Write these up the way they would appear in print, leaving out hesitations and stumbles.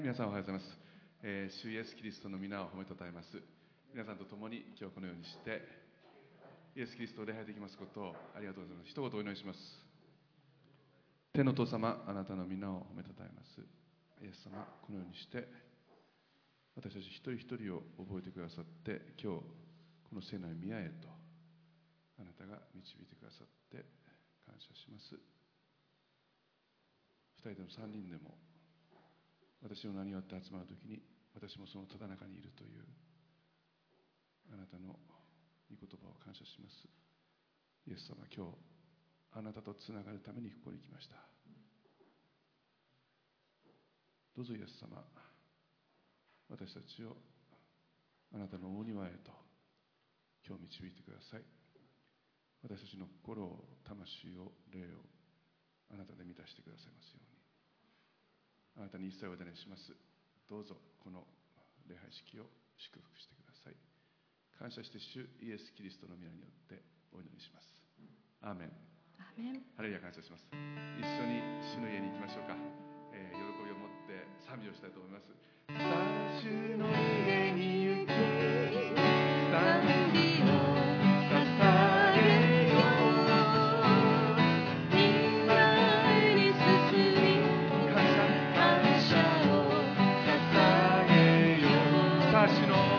皆さんおはようございます。主イエスキリストの皆を褒めたたえます。皆さんと共に今日このようにしてイエスキリストを礼拝できますことをありがとうございます。一言お祈りします。天の父様、あなたの皆を褒めたたえます。イエス様、このようにして私たち一人一人を覚えてくださって、今日この聖なる宮へとあなたが導いてくださって感謝します。二人でも三人でも私の名によって集まるときに私もそのただ中にいるというあなたの御言葉を感謝します。イエス様、今日あなたとつながるためにここに来ました。どうぞイエス様、私たちをあなたの大庭へと今日導いてください。私たちの心を、魂を、霊をあなたで満たしてくださいますようにあなたに一切お委ねします。どうぞこの礼拝式を祝福してください。感謝して主イエス・キリストの皆によってお祈りします。アーメン。ハレルヤ、感謝します。一緒に主の家に行きましょうか。喜びを持って賛美をしたいと思います。さあ主の家に行き賛美を捧げよう。御前に進み感謝を捧げよう。さあ主の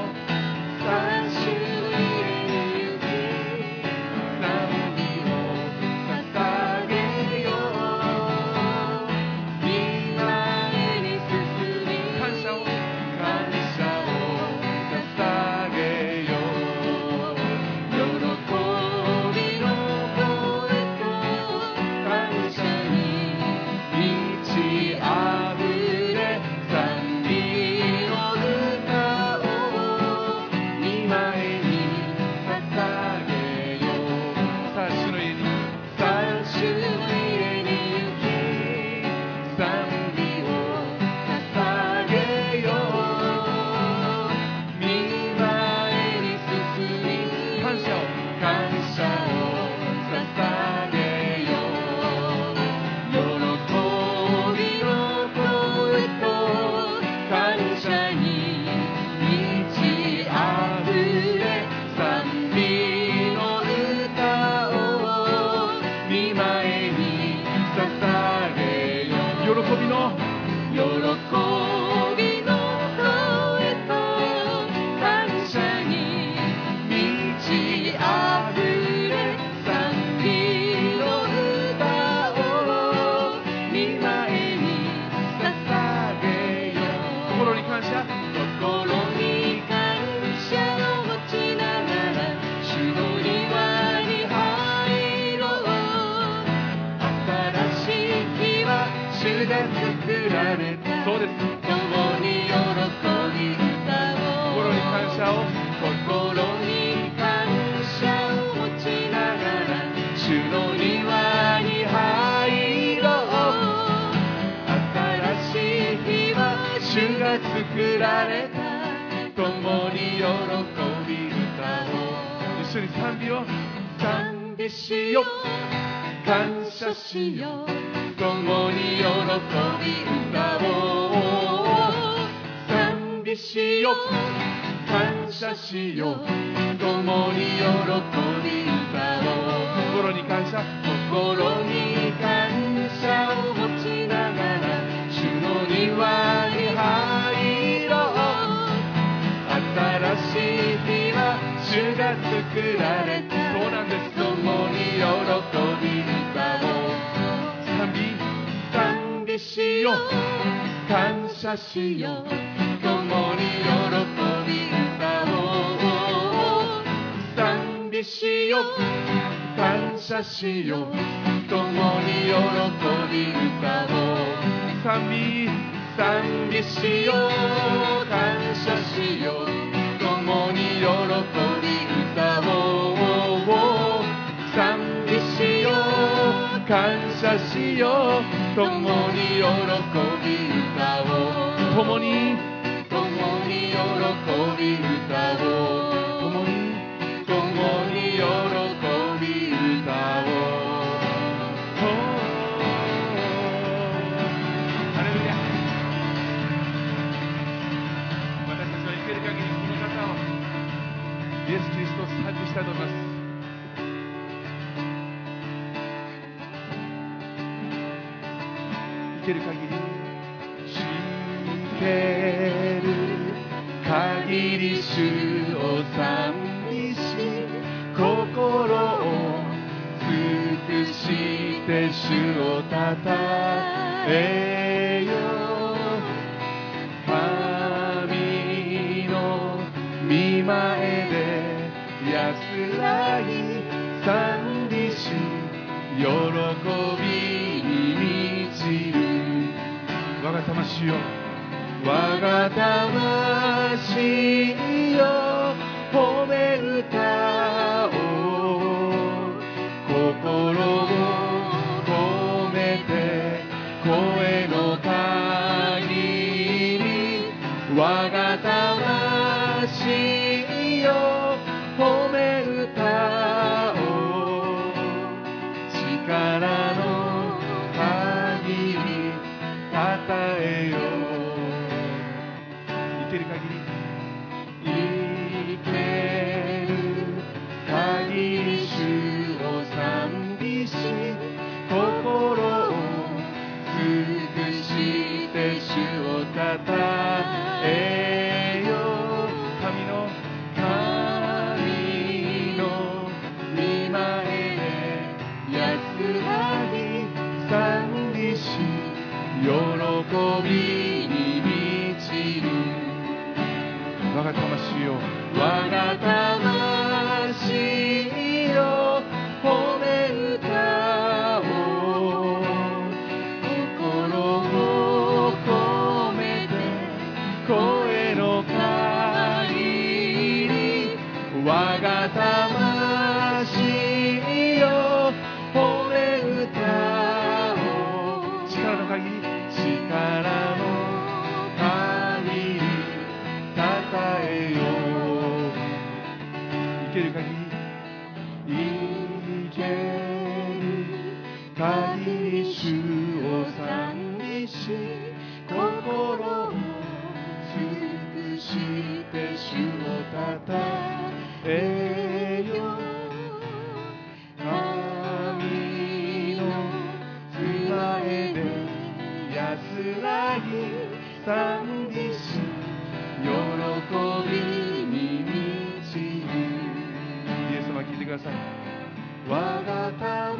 イエス・キリストを賛美したいと思います。生ける限り、 生ける限り主を賛美し、心を尽くして主をたたえよ。神の御前で安らぎ賛美し、喜びに満ちる。 我が魂よ、 我が魂よ、褒め歌おう。心を込めて声の限り、我が魂よ、褒め歌おう。力の限りたたえよう。 生ける限り、 生ける限り主を賛美し、心を尽くして主をたたえよ。神の御前で安らぎ賛美し、喜びに満ちる。 我が魂よ、 我が魂よ、褒め歌おう。心を込めて声の限り、我が魂よ、褒め歌おう。 力の限り、 力の限りたたえよう。 生ける限り、 生ける限り主を賛美し、心を尽くして主をたたえよ。神の御前で安らぎ賛美し、喜びに満ちる。 イエス様聞いてください。 我が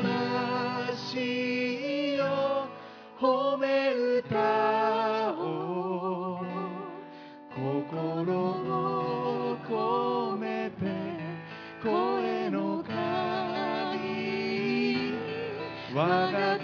魂よ、褒め歌おう。心を込めて声の限り、我が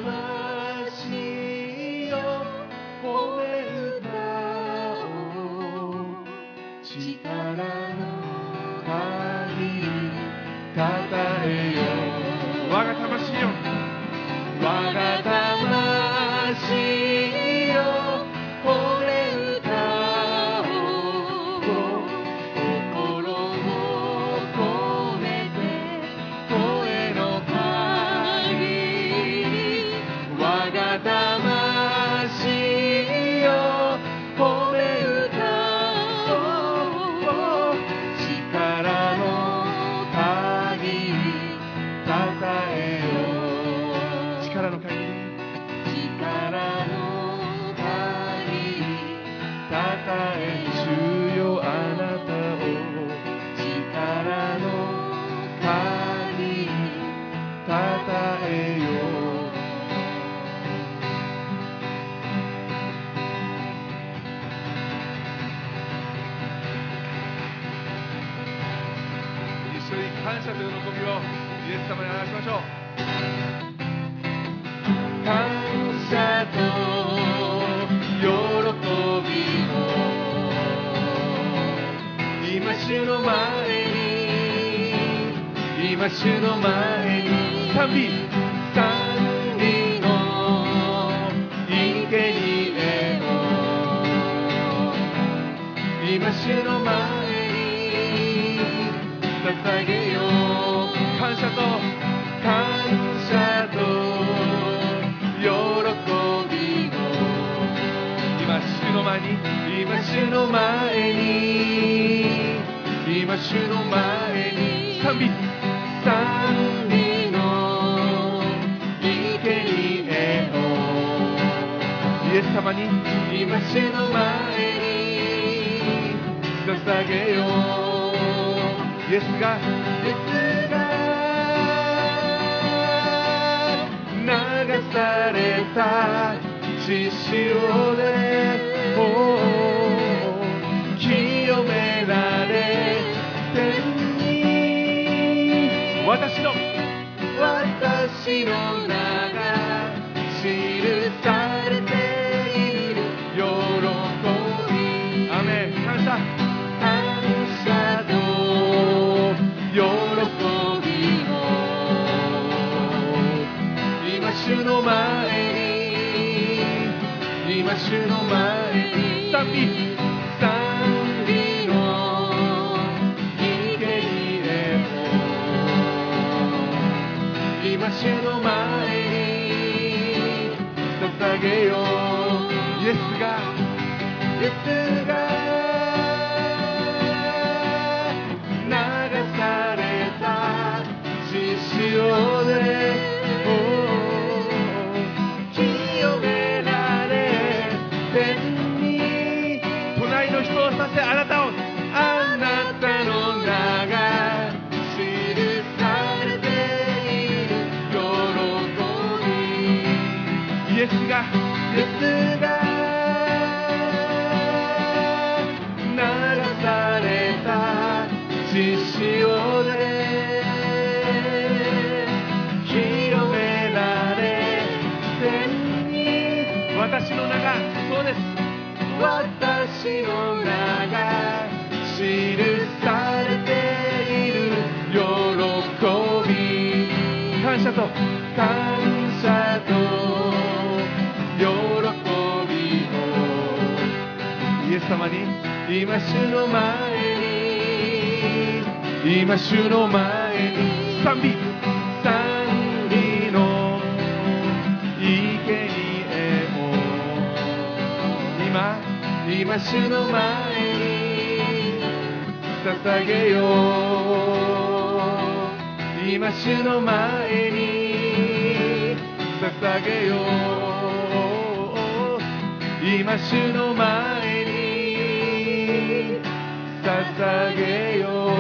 魂よ、褒め歌おう。力の限りたたえよ。 我が魂よ、 我が魂よ、褒め歌おう。心を込めて声の限り、我が魂よ、褒め歌おう。力の限りたたえよ。 力の限り、 力の限りたたえ。主よ、あなたを力の限りたたえよ。 一緒に感謝と喜びをイエス様に表しましょう。 感謝と喜びを今主の前に、今主の前に、賛美の生贄を今主の前に捧げよう。感謝と喜びを今主の前に、今主の前に、 今主の前に賛美賛美の生贄をイエス様に今主の前に捧げよう。 イエスが流された血潮で清められ天に私の名が記されている喜びアーメン感謝と喜びを今主の前に今主の前に賛美の生贄を今主の前に捧げよう。 イエスが流された血潮で清められ天に隣の人をさせあなたをあなたの名が記されている喜びイエスが流された血潮で清められ天に私の名がそうです私の名が記されている喜び感謝と喜びをイエス様に今主の前に賛美の生贄を今主の前に捧げよう。今主の前に捧げよう。今主の前に捧げよう。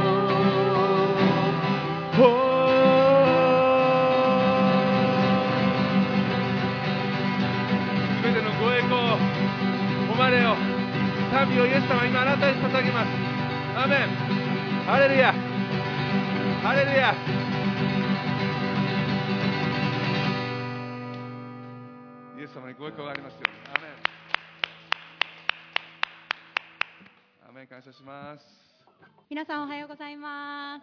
すべてのご栄光誉れを賛美をイエス様今あなたに捧げます。アーメンハレルヤハレルヤイエス様にご栄光がありますように。アーメンアーメン感謝します。 皆さんおはようございます。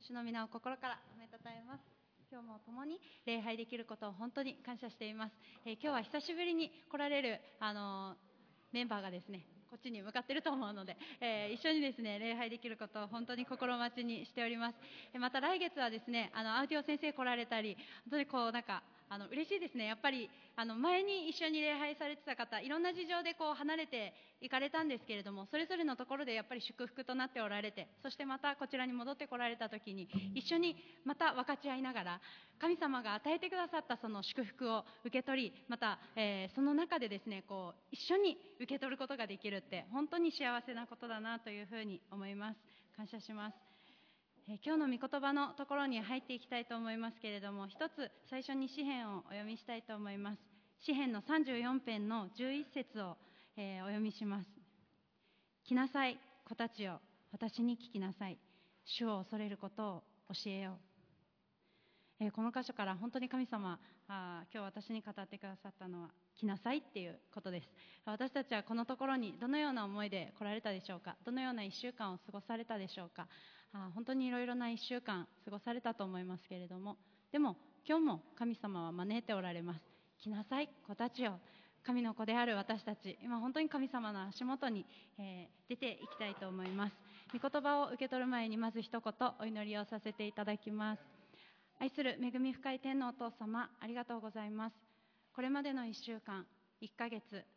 主の皆を心から褒めたたえます。今日も共に礼拝できることを本当に感謝しています。今日は久しぶりに来られる、メンバーがですねこっちに向かっていると思うので、一緒にですね礼拝できることを本当に心待ちにしております。また来月はですねアウディオ先生来られたり本当にこうなんか嬉しいですね。やっぱり前に一緒に礼拝されてた方いろんな事情でこう離れて行かれたんですけれども、それぞれのところでやっぱり祝福となっておられて、そしてまたこちらに戻ってこられた時に一緒にまた分かち合いながら神様が与えてくださったその祝福を受け取り、また、その中でですねこう一緒に受け取ることができるって本当に幸せなことだなというふうに思います。感謝します。今日の御言葉のところに入っていきたいと思いますけれども、一つ最初に詩編をお読みしたいと思います。詩編の34編の11節を、お読みします。来なさい子たちよ、私に聞きなさい。主を恐れることを教えよう。この箇所から本当に神様今日私に語ってくださったのは来なさいっていうことです。私たちはこのところにどのような思いで来られたでしょうか。どのような1週間を過ごされたでしょうか。本当にいろいろな1週間過ごされたと思いますけれども、でも今日も神様は招いておられます。来なさい子たちよ。神の子である私たち、今本当に神様の足元に、出ていきたいと思います。御言葉を受け取る前にまず一言お祈りをさせていただきます。愛する恵み深い天のお父様、ありがとうございます。これまでの1週間1ヶ月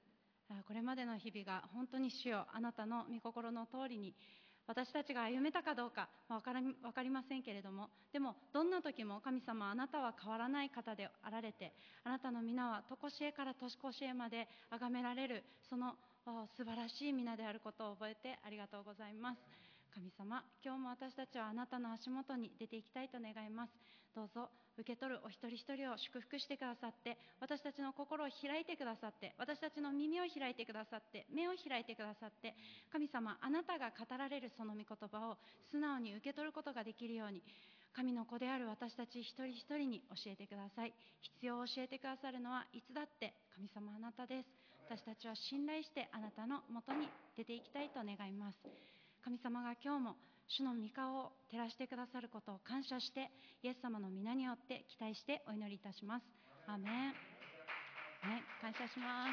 これまでの日々が本当に主よ、あなたの御心の通りに私たちが歩めたかどうか分かりませんけれども、でもどんな時も神様、あなたは変わらない方であられて、あなたの皆は常しえから年越しえまで崇められる、その素晴らしい皆であることを覚えてありがとうございます。神様、今日も私たちはあなたの足元に出ていきたいと願います。どうぞ受け取るお一人一人を祝福してくださって、私たちの心を開いてくださって、私たちの耳を開いてくださって、目を開いてくださって、神様、あなたが語られるその御言葉を素直に受け取ることができるように、神の子である私たち一人一人に教えてください。必要を教えてくださるのはいつだって神様、あなたです。私たちは信頼してあなたのもとに出ていきたいと願います。神様が今日も主の御顔を照らしてくださることを感謝して、イエス様の皆によって期待してお祈りいたします。アーメン。感謝します。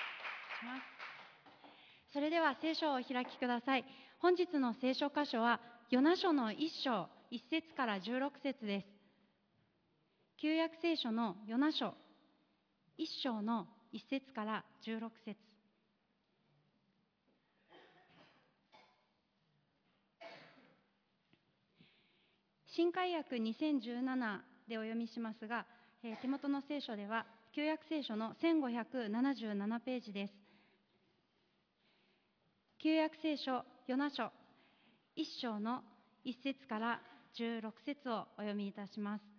それでは聖書をお開きください。本日の聖書箇所はヨナ書の1章1節から16節です。旧約聖書のヨナ書1章の1節から16節。新改訳2017でお読みしますが、手元の聖書では旧約聖書の1577ページです。旧約聖書ヨナ書1章の1節から16節をお読みいたします。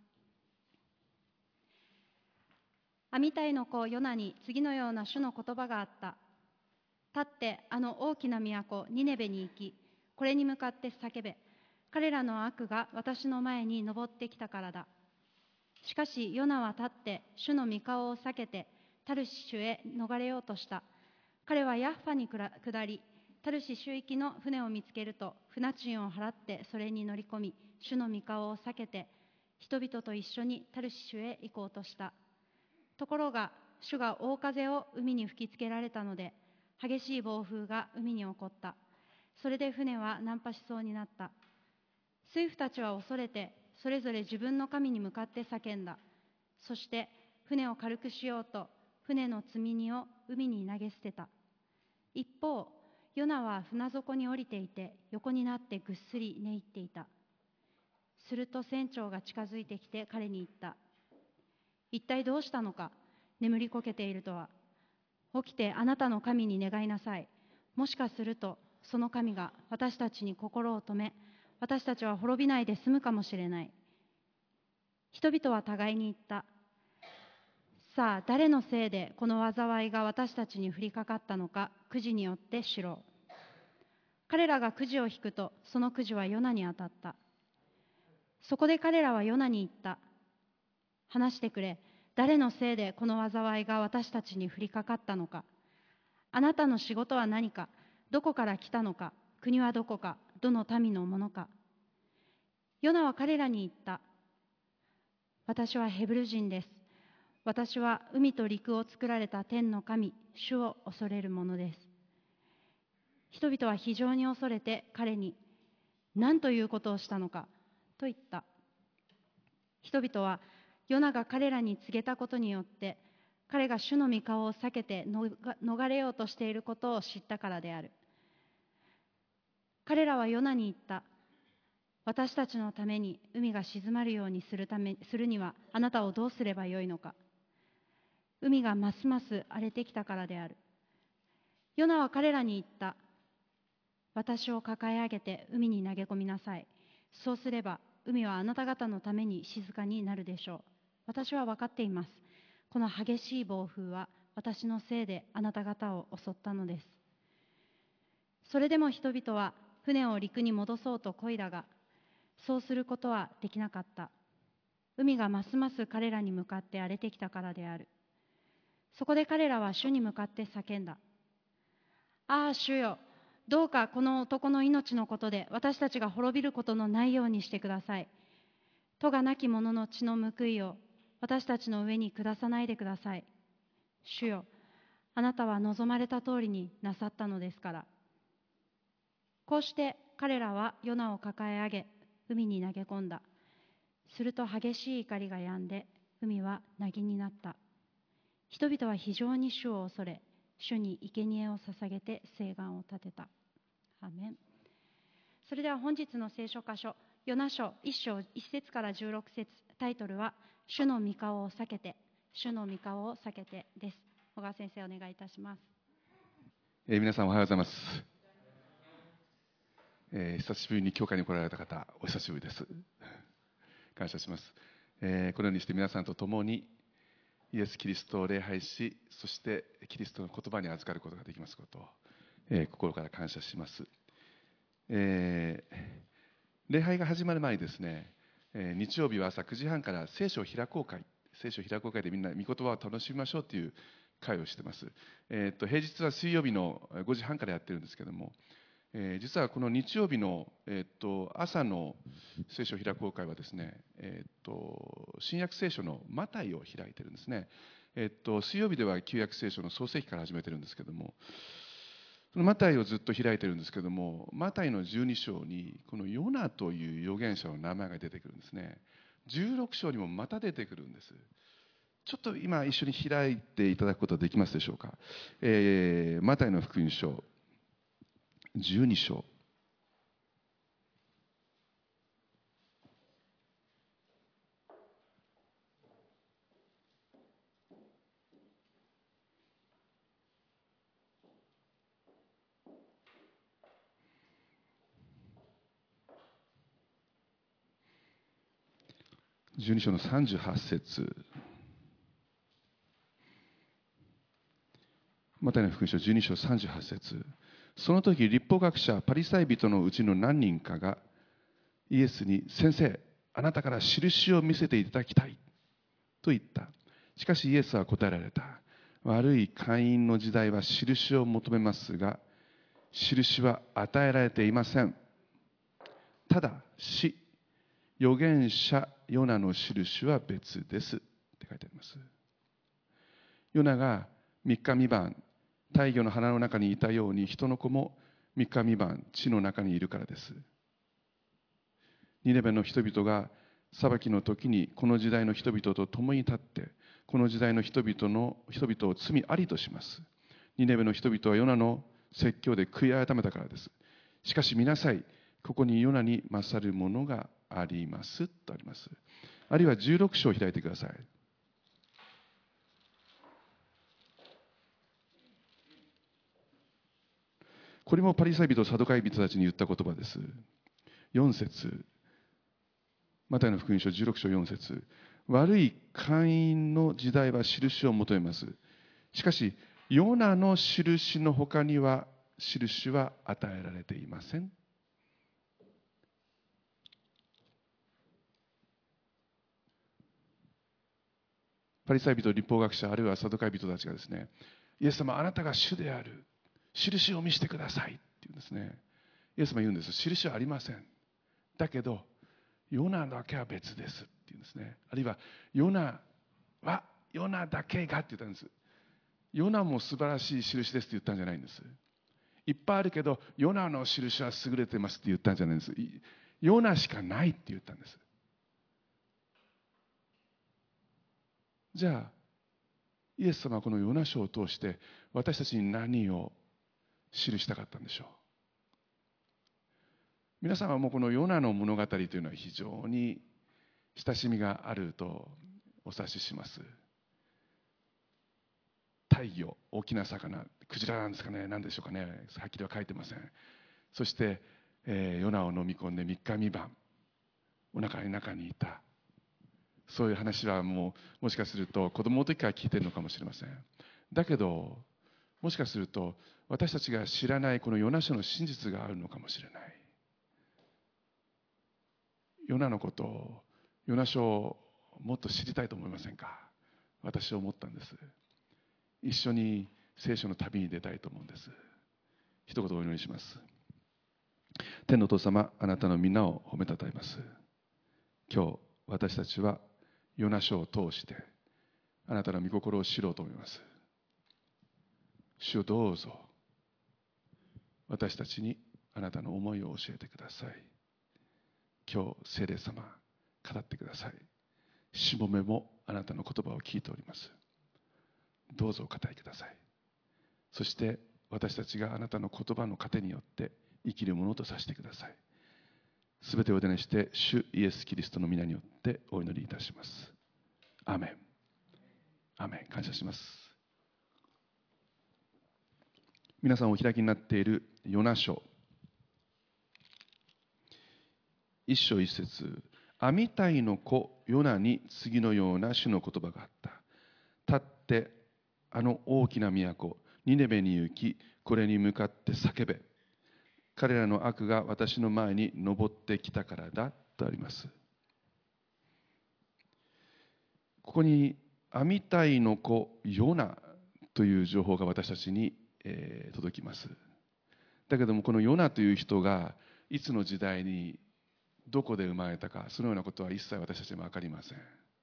アミタイの子ヨナに次のような主の言葉があった。立ってあの大きな都ニネベに行き、これに向かって叫べ。彼らの悪が私の前に上ってきたからだ。しかしヨナは立って主の御顔を避けてタルシシュへ逃れようとした。彼はヤッファに下り、タルシシュ行きの船を見つけると船賃を払ってそれに乗り込み、主の御顔を避けて人々と一緒にタルシシュへ行こうとした。ところが主が大風を海に吹きつけられたので、激しい暴風が海に起こった。それで船は難破しそうになった。水夫たちは恐れてそれぞれ自分の神に向かって叫んだ。そして船を軽くしようと船の積み荷を海に投げ捨てた。一方ヨナは船底に降りていて横になってぐっすり寝入っていた。すると船長が近づいてきて彼に言った。一体どうしたのか、眠りこけているとは。起きてあなたの神に願いなさい。もしかするとその神が私たちに心を止め、私たちは滅びないで済むかもしれない。人々は互いに言った。さあ、誰のせいでこの災いが私たちに降りかかったのか、くじによって知ろう。彼らがくじを引くと、そのくじはヨナに当たった。そこで彼らはヨナに言った。話してくれ、誰のせいでこの災いが私たちに降りかかったのか。あなたの仕事は何か、どこから来たのか、国はどこか、どの民のものか。ヨナは彼らに言った。私はヘブル人です。私は海と陸を作られた天の神、主を恐れるものです。人々は非常に恐れて彼に、何ということをしたのかと言った。人々はヨナが彼らに告げたことによって、彼が主の御顔を避けて逃れようとしていることを知ったからである。彼らはヨナに言った。私たちのために海が静まるようにするにはあなたをどうすればよいのか。海がますます荒れてきたからである。ヨナは彼らに言った。私を抱え上げて海に投げ込みなさい。そうすれば海はあなた方のために静かになるでしょう。私は分かっています。この激しい暴風は私のせいであなた方を襲ったのです。それでも人々は船を陸に戻そうと漕いだが、そうすることはできなかった。海がますます彼らに向かって荒れてきたからである。そこで彼らは主に向かって叫んだ。ああ、主よ、どうかこの男の命のことで私たちが滅びることのないようにしてください。咎なき者の血の報いを私たちの上に下さないでください。主よ、あなたは望まれた通りになさったのですから。こうして彼らはヨナを抱え上げ、海に投げ込んだ。すると激しい怒りが止んで、海は凪になった。人々は非常に主を恐れ、 主に生贄を捧げて誓願を立てた。アーメン。それでは本日の聖書箇所、ヨナ書1章1節から16節、タイトルは主の御顔を避けて、主の御顔を避けてです。小川先生、お願いいたします。 皆さんおはようございます。久しぶりに教会に来られた方、お久しぶりです。感謝します。このようにして皆さんと共にイエス・キリストを礼拝し、そしてキリストの言葉に預かることができますことを、心から感謝します。礼拝が始まる前にですね、日曜日は朝9時半から聖書を開こう会でみんな御言葉を楽しみましょうという会をしています。平日は水曜日の5時半からやってるんですけども、実はこの日曜日の、朝の聖書開こう会はですね、新約聖書のマタイを開いてるんですね。水曜日では旧約聖書の創世記から始めてるんですけども、そのマタイをずっと開いてるんですけども、マタイの12章にこのヨナという預言者の名前が出てくるんですね。16章にもまた出てくるんです。ちょっと今一緒に開いていただくことはできますでしょうか。マタイの福音書12章。12章の38節。マタイの福音書12章38節。その時律法学者パリサイ人のうちの何人かがイエスに、先生、あなたから印を見せていただきたいと言った。しかしイエスは答えられた。悪い会員の時代は印を求めますが、印は与えられていません。ただし預言者ヨナの印は別ですって書いてあります。ヨナが3日3晩大魚の鼻の中にいたように、人の子も3日3晩地の中にいるからです。ニネベの人々が裁きの時にこの時代の人々と共に立って、この時代の人々を罪ありとします。ニネベの人々はヨナの説教で悔い改めたからです。しかし見なさい、ここにヨナに勝るものがありますとあります。あるいは16章を開いてください。これもパリサイ人、サドカイ人たちに言った言葉です。4節、マタイの福音書16章4節。悪い会員の時代は印を求めます。しかしヨナの印の他には印は与えられていません。パリサイ人、律法学者、あるいはサドカイ人たちがですね、イエス様、あなたが主である、印を見せてくださいって言うんですね。イエス様言うんです。印はありません。だけどヨナだけは別ですって言うんですね。あるいはヨナだけがって言ったんです。ヨナも素晴らしい印ですって言ったんじゃないんです。いっぱいあるけどヨナの印は優れてますって言ったんじゃないんです。ヨナしかないって言ったんです。じゃあイエス様はこのヨナ書を通して私たちに何を記したかったんでしょう。皆さんはもうこのヨナの物語というのは非常に親しみがあるとお察しします。太陽、大きな魚、クジラなんですかね、何でしょうかね、はっきりは書いてません。そして、ヨナを飲み込んで3日3晩お腹の中にいた。そういう話はもしかすると子供の時から聞いているのかもしれません。だけどもしかすると私たちが知らないこのヨナ書の真実があるのかもしれない。ヨナのことを、ヨナ書をもっと知りたいと思いませんか。私は思ったんです。一緒に聖書の旅に出たいと思うんです。一言お祈りします。天のお父様、あなたの皆を褒めたたえます。今日私たちはヨナ書を通してあなたの御心を知ろうと思います。主をどうぞ私たちにあなたの思いを教えてください。今日聖霊様、語ってください。しもべもあなたの言葉を聞いております。どうぞお語りください。 そして私たちがあなたの言葉の糧によって生きるものとさせてください。すべてをお手にして主イエス・キリストの皆によってお祈りいたします。アーメン。アーメン。感謝します。皆さんお開きになっているヨナ書一章一節、アミタイの子ヨナに次のような主の言葉があった。立ってあの大きな都ニネベに行き、これに向かって叫べ。彼らの悪が私の前に上ってきたからだとあります。ここにアミタイの子ヨナという情報が私たちに、届きます。だけどもこのヨナという人がいつの時代にどこで生まれたか、そのようなことは一切私たちに分かりません。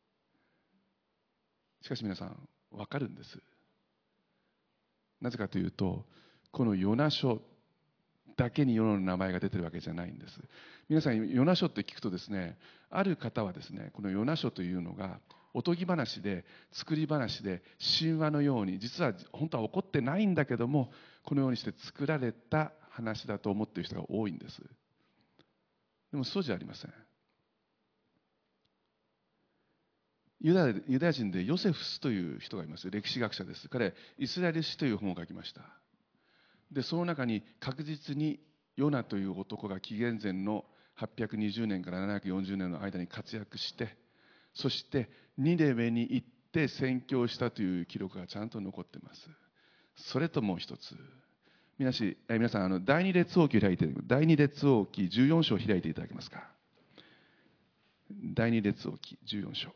しかし皆さん分かるんです。なぜかというと、このヨナ書だけにヨナの名前が出てるわけじゃないんです。皆さんヨナ書って聞くとですね、ある方はですね、このヨナ書というのがおとぎ話で、作り話で、神話のように、実は本当は起こってないんだけども、このようにして作られた話だと思っている人が多いんです。でもそうじゃありません。ユダヤ人でヨセフスという人がいます。歴史学者です。彼、イスラエル史という本を書きました。で、その中に確実にヨナという男が紀元前の820年から740年の間に活躍して、そしてニネベに行って宣教したという記録がちゃんと残っています。それともう一つ、皆さん第二列王記を開いて、第二列王記14章を開いていただけますか。第二列王記14章。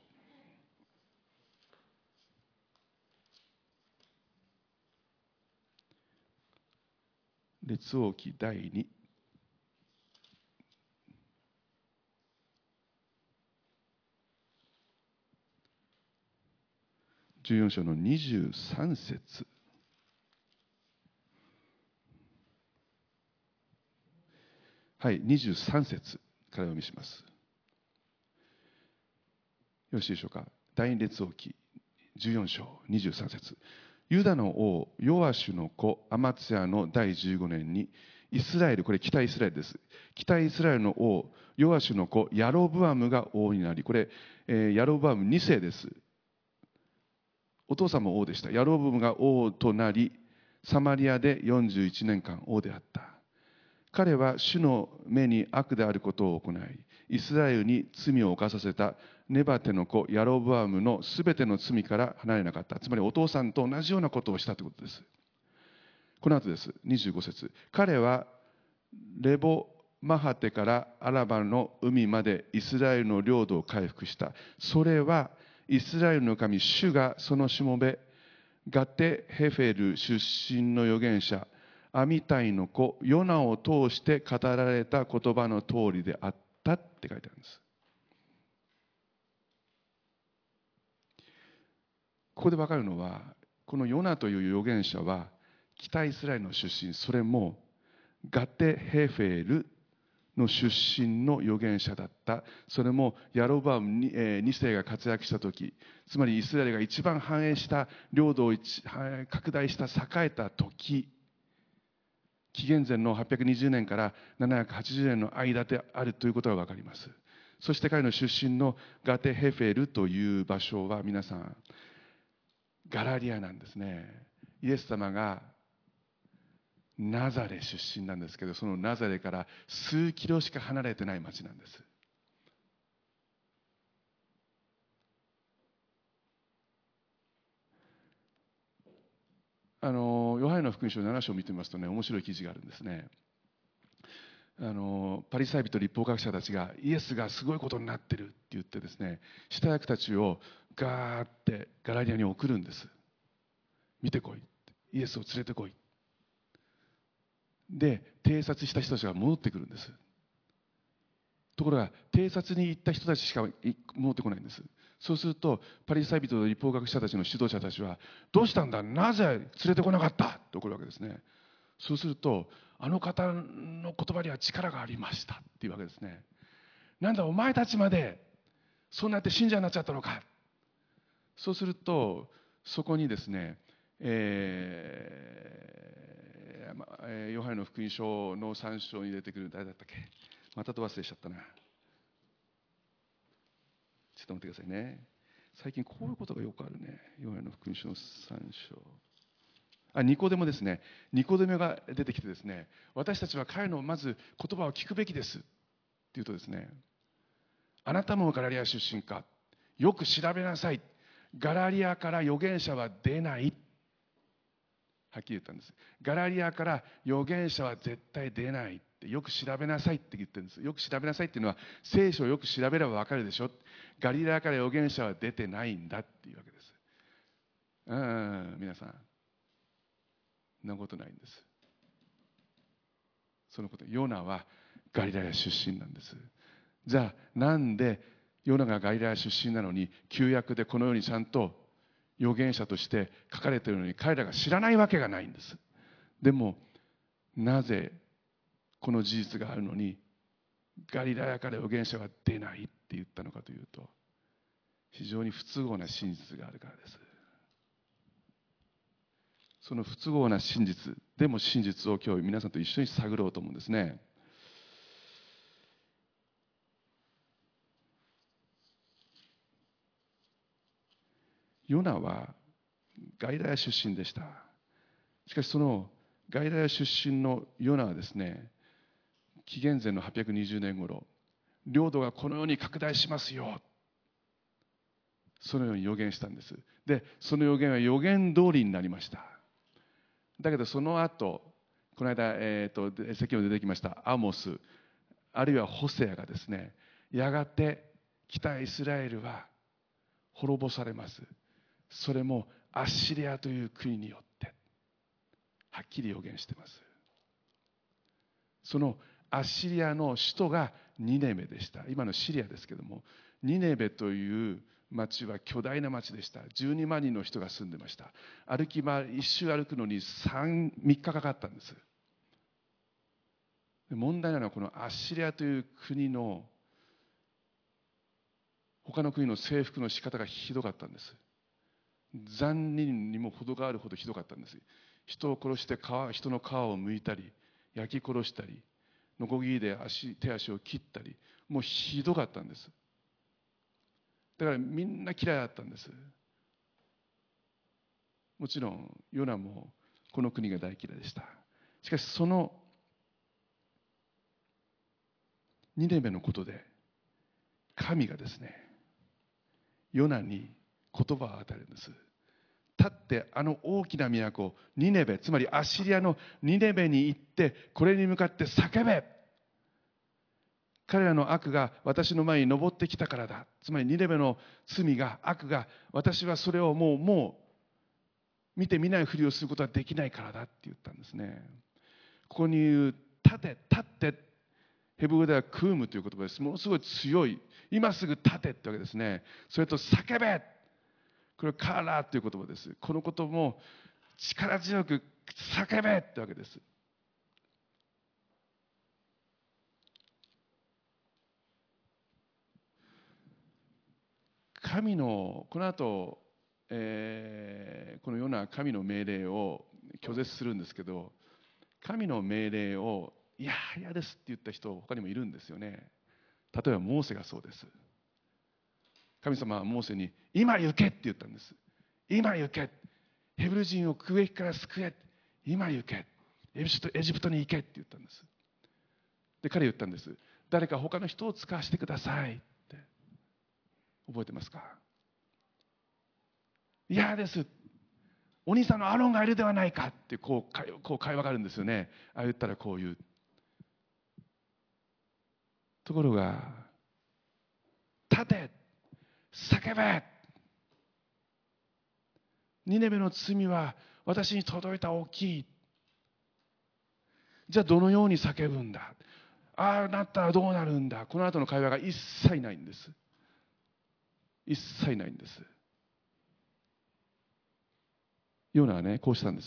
列王記第2。14章の23節。はい、23節から読みします。よろしいでしょうか。第二列王記14章23節。ユダの王ヨアシュの子アマツヤの第15年にイスラエル、これ北イスラエルです。北イスラエルの王ヨアシュの子ヤロブアムが王になり、これ、ヤロブアム2世です。お父さんも王でした。ヤロブアムが王となり、サマリアで41年間王であった。彼は主の目に悪であることを行い、イスラエルに罪を犯させたネバテの子ヤロブアムのすべての罪から離れなかった。つまりお父さんと同じようなことをしたということです。この後です。25節。彼はレボマハテからアラバの海までイスラエルの領土を回復した。それはイスラエルの神主がそのしもべガテヘフェル出身の預言者アミタイの子ヨナを通して語られた言葉の通りであったって書いてあるんです。ここで分かるのは、このヨナという預言者は北イスラエルの出身、それもガテヘフェルの出身の預言者だった。それもヤロバム2世が活躍したとき、つまりイスラエルが一番繁栄した領土を拡大した栄えたとき、紀元前の820年から780年の間であるということが分かります。そして彼の出身のガテヘフェルという場所は皆さんガラリアなんですね。イエス様がナザレ出身なんですけど、そのナザレから数キロしか離れてない町なんです。ヨハネの福音書7章を見てみますとね、面白い記事があるんですね。パリサイ人立法学者たちがイエスがすごいことになってるって言ってですね、下役たちをガーってガラリアに送るんです。見てこい、イエスを連れてこい。で、偵察した人たちが戻ってくるんです。ところが偵察に行った人たちしか戻ってこないんです。そうするとパリサイ人の立法学者たちの指導者たちは、どうしたんだ、なぜ連れてこなかったと怒るわけですね。そうすると、あの方の言葉には力がありましたっていうわけですね。なんだお前たちまでそうなって信者になっちゃったのか。そうするとそこにですね、 ヨハネの福音書の3章に出てくる誰だったっけ、またと忘れちゃったな。ちょっと待ってくださいね。最近こういうことがよくあるね。ヨハネの福音書の3章。ニコデモですね。ニコデモが出てきてですね、私たちは彼のまず言葉を聞くべきですって言うとですね、あなたもガラリア出身か、よく調べなさい、ガラリアから預言者は出ない、はっきり言ったんです。ガラリアから預言者は絶対出ないって、よく調べなさいって言ってるんです。よく調べなさいっていうのは、聖書をよく調べればわかるでしょ。ガリラヤから預言者は出てないんだっていうわけです。皆さん、そんなことないんです。そのこと、ヨナはガリラヤ出身なんです。じゃあなんでヨナがガリラヤ出身なのに、旧約でこのようにちゃんと預言者として書かれているのに彼らが知らないわけがないんです。でもなぜこの事実があるのにガリラヤから預言者は出ないって言ったのかというと、非常に不都合な真実があるからです。その不都合な真実でも真実を今日皆さんと一緒に探ろうと思うんですね。ヨナはガリラヤ出身でした。しかしそのガリラヤ出身のヨナはですね、紀元前の820年頃、領土がこのように拡大しますよ、そのように予言したんです。でその予言は予言通りになりました。だけどその後、この間、説教に出てきましたアモス、あるいはホセアがですね、やがて北イスラエルは滅ぼされます。それもアッシリアという国によってはっきり予言しています。そのアッシリアの首都がニネベでした。今のシリアですけども、ニネベという町は巨大な町でした。12万人の人が住んでました。一周歩くのに3日かかったんです。問題なのはこのアッシリアという国の他の国の征服の仕方がひどかったんです。残忍にも程があるほどひどかったんです。人を殺して人の皮を剥いたり焼き殺したり、ノコギリで手足を切ったり、もうひどかったんです。だからみんな嫌いだったんです。もちろんヨナもこの国が大嫌いでした。しかしそのニネベのことで神がですね、ヨナに言葉を与えるんです。立ってあの大きな都ニネベ、つまりアッシリアのニネベに行って、これに向かって叫べ、彼らの悪が私の前に上ってきたからだ。つまりニネベの罪が、悪が、私はそれをもう見て見ないふりをすることはできないからだって言ったんですね。ここに言う立って、ヘブル語ではクームという言葉です。ものすごい強い、今すぐ立てってわけですね。それと叫べ、これはカーラーという言葉です。このことも力強く叫べってわけです。神のこの後、このような神の命令を拒絶するんですけど、神の命令をいや嫌ですって言った人他にもいるんですよね。例えばモーセがそうです。神様はモーセに今行けって言ったんです。今行け、ヘブル人を苦役から救え、今行け、エジプトに行けって言ったんです。で彼言ったんです。誰か他の人を使わせてくださいって。覚えてますか？嫌です、お兄さんのアロンがいるではないかってこう会話があるんですよね。ああ言ったらこう言う。ところが立て、叫べ、ニネベの罪は私に届いた大きい。じゃあどのように叫ぶんだ、ああなったらどうなるんだ。この後の会話が一切ないんです。一切ないんです。ヨナはねこうしたんです。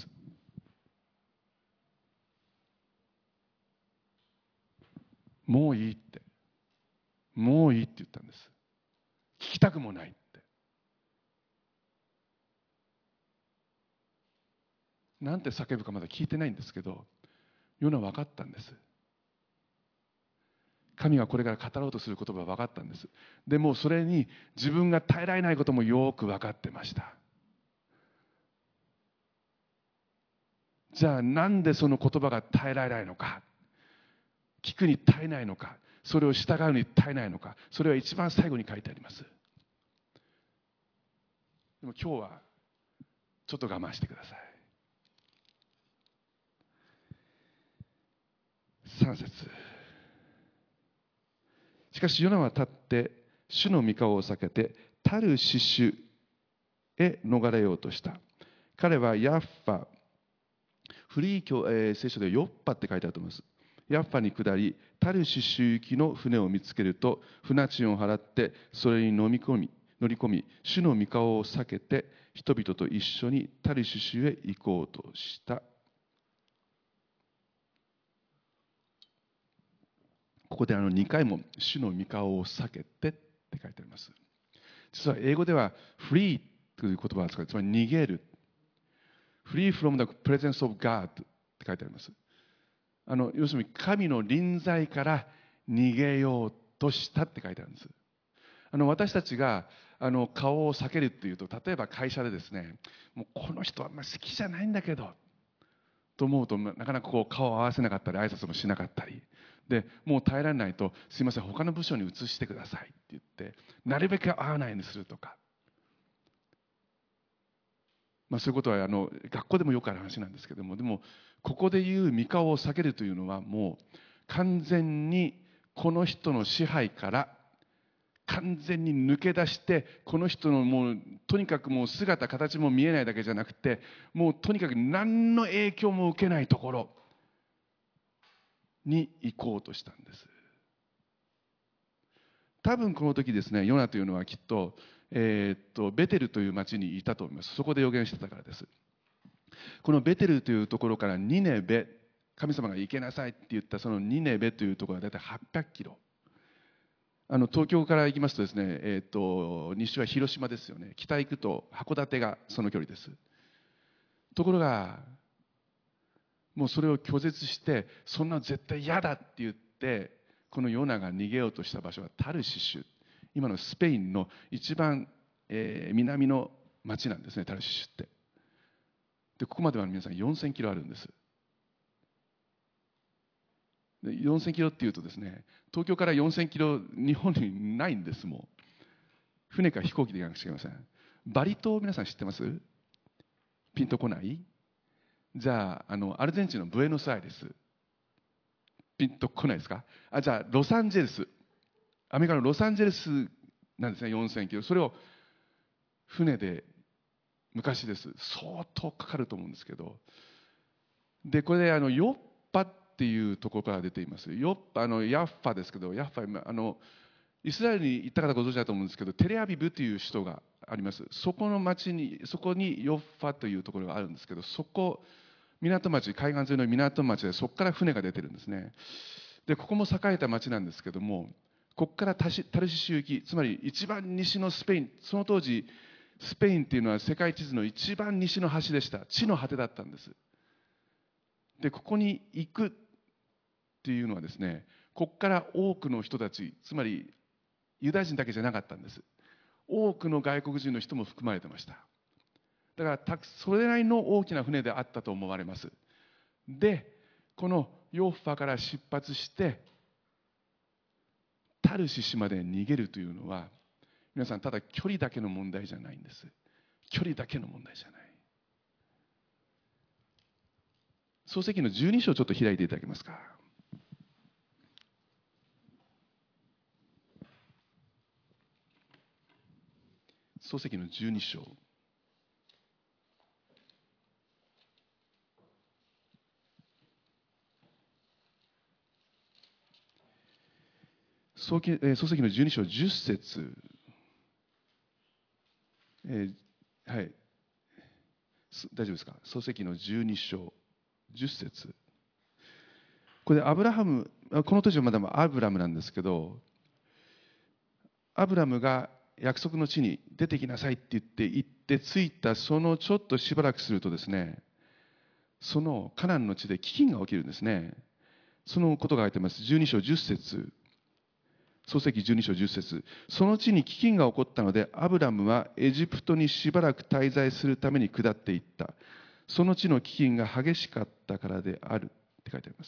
もういいって、もういいって言ったんです。聞きたくもないって。 なんて叫ぶかまだ聞いてないんですけど、ヨナは分かったんです。神がこれから語ろうとする言葉は分かったんです。でもそれに自分が耐えられないこともよく分かってました。じゃあなんでその言葉が耐えられないのか、聞くに耐えないのか、それを従うに耐えないのか、それは一番最後に書いてあります。でも今日はちょっと我慢してください。3節。しかしヨナは立って主の御顔を避けてタルシシュへ逃れようとした。彼はヤッファ、古い聖書でヨッパって書いてあると思います。ヤッファに下りタルシシュ行きの船を見つけると、船賃を払ってそれに乗り込み、主の御顔を避けて人々と一緒にタルシシュへ行こうとした。ここで2回も主の御顔を避けてって書いてあります。実は英語ではフリーという言葉を使う、つまり逃げる。Free from the presence of God って書いてあります。要するに神の臨在から逃げようとしたって書いてあるんです。私たちが顔を避けるっていうと、例えば会社でですね、もうこの人はあんまり好きじゃないんだけどと思うと、なかなか顔を合わせなかったり挨拶もしなかったりで、もう耐えられないと、すいません他の部署に移してくださいって言ってなるべく会わないようにするとか、そういうことは学校でもよくある話なんですけども、でもここで言う御顔を避けるというのは、もう完全にこの人の支配から完全に抜け出して、この人のもうとにかくもう姿形も見えないだけじゃなくて、もうとにかく何の影響も受けないところに行こうとしたんです。多分この時ですね、ヨナというのはきっとベテルという町にいたと思います。そこで預言してたからです。このベテルというところからニネベ、神様が行けなさいって言ったそのニネベというところは大体800キロ。東京から行きますとですね、西は広島ですよね。北行くと函館がその距離です。ところがもうそれを拒絶して、そんな絶対嫌だって言って、このヨナが逃げようとした場所はタルシシュ、今のスペインの一番、南の町なんですね、タルシシュって。でここまでは皆さん4000キロあるんです。で4000キロっていうとですね、東京から4000キロ日本にないんです。もう船か飛行機で行かなくちゃいけません。バリ島、皆さん知ってます？ピンとこない？じゃあアルゼンチンのブエノスアイレス、ピンとこないですか？じゃあロサンゼルス、アメリカのロサンゼルスなんですね、4000キロ。それを船で、昔です、相当かかると思うんですけど、でこれでヨッパっていうところから出ています。ヨッパ、ヤッファですけど、ヤッファ、イスラエルに行った方ご存知だと思うんですけど、テレアビブという首都があります。そこの町に、そこにヨッファというところがあるんですけど、そこ港町、海岸沿いの港町で、そこから船が出てるんですね。でここも栄えた町なんですけども、ここからタルシシュ行き、つまり一番西のスペイン、その当時スペインっていうのは世界地図の一番西の端でした。地の果てだったんです。でここに行くっていうのはですね、ここから多くの人たち、つまりユダヤ人だけじゃなかったんです。多くの外国人の人も含まれてました。だからそれなりの大きな船であったと思われます。でこのヨッファから出発してタルシシまで逃げるというのは、皆さんただ距離だけの問題じゃないんです。距離だけの問題じゃない。創世記の12章をちょっと開いていただけますか。創世記の12章。創世記の12章10節、はい、大丈夫ですか。創世記の12章10節、これでアブラハム、この当時はまだアブラムなんですけど、アブラムが約束の地に出てきなさいって言って着いたそのちょっとしばらくするとですね、 そのカナンの地で飢饉が起きるんですね。そのことが書いてます。12章10節、創世記12章10節、その地に飢饉が起こったので、アブラムはエジプトにしばらく滞在するために下っていった。その地の飢饉が激しかったからであるって書いてあります。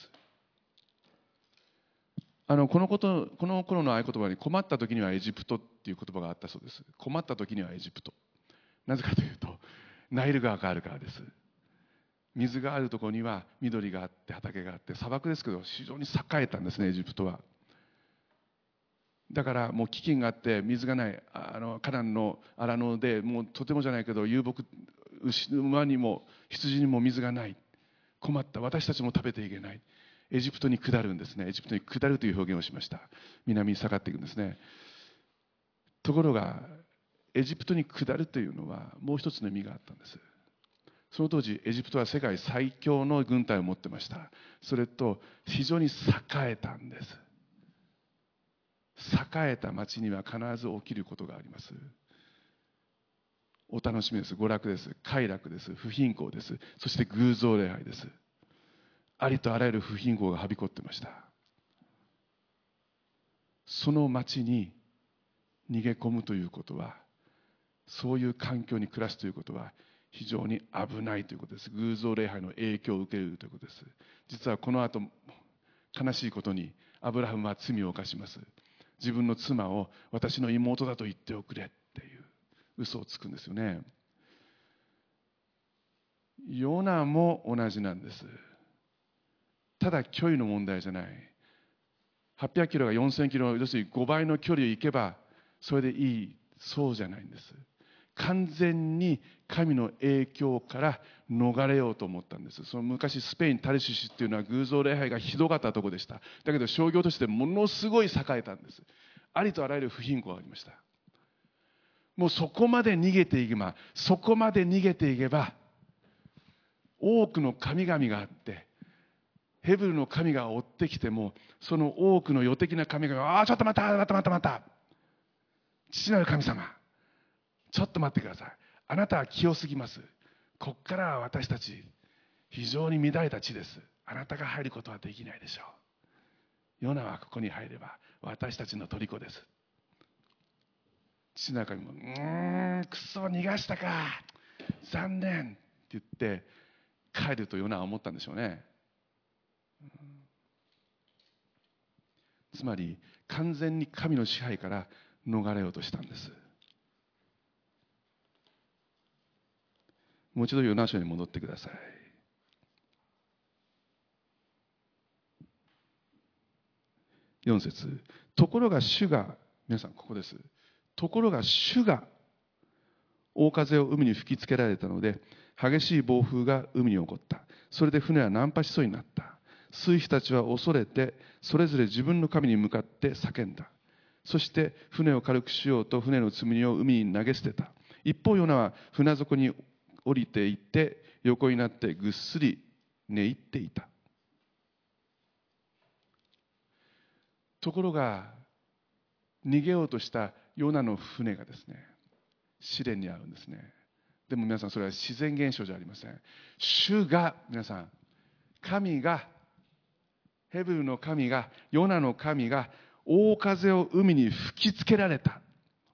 この頃の合言葉に、困った時にはエジプトっていう言葉があったそうです。困った時にはエジプト。なぜかというと、ナイル川があるからです。水があるところには緑があって畑があって、砂漠ですけど非常に栄えたんですね、エジプトは。だからもう飢饉があって水がない、カナンの荒野でもうとてもじゃないけど、遊牧馬にも羊にも水がない、困った、私たちも食べていけない、エジプトに下るんですね。エジプトに下るという表現をしました。南に下がっていくんですね。ところがエジプトに下るというのはもう一つの意味があったんです。その当時エジプトは世界最強の軍隊を持ってました。それと非常に栄えたんです。栄えた町には必ず起きることがあります。お楽しみです。娯楽です。快楽です。不貧困です。そして偶像礼拝です。ありとあらゆる不貧困がはびこってました。その町に逃げ込むということは、そういう環境に暮らすということは非常に危ないということです。偶像礼拝の影響を受けるということです。実はこの後、悲しいことにアブラハムは罪を犯します。自分の妻を私の妹だと言っておくれっていう嘘をつくんですよね。ヨナも同じなんです。ただ距離の問題じゃない。800キロが4000キロ、要するに5倍の距離を行けばそれでいい、そうじゃないんです。完全に神の影響から逃れようと思ったんです。その昔スペインタルシシっていうのは偶像礼拝がひどかったところでした。だけど商業としてものすごい栄えたんです。ありとあらゆる不貧困がありました。もうそこまで逃げていけば、多くの神々があって、ヘブルの神が追ってきても、その多くの世的な神々が、ちょっと待った、父なる神様、ちょっと待ってください、あなたは清すぎます、ここからは私たち非常に乱れた地です、あなたが入ることはできないでしょう、ヨナはここに入れば私たちの虜です。父なる神もくそ逃がしたか、残念って言って帰るとヨナは思ったんでしょうね。つまり完全に神の支配から逃れようとしたんです。もう一度ヨナ書に戻ってください。4節、ところが主が、皆さんここです。ところが主が大風を海に吹きつけられたので、激しい暴風が海に起こった。それで船は難破しそうになった。水夫たちは恐れてそれぞれ自分の神に向かって叫んだ。そして船を軽くしようと船の積み荷を海に投げ捨てた。一方ヨナは船底に降りていって横になってぐっすり寝入っていた。ところが逃げようとしたヨナの船がですね、試練に遭うんですね。でも皆さん、それは自然現象じゃありません。主が、皆さん、神が、ヘブルの神が、ヨナの神が大風を海に吹きつけられた。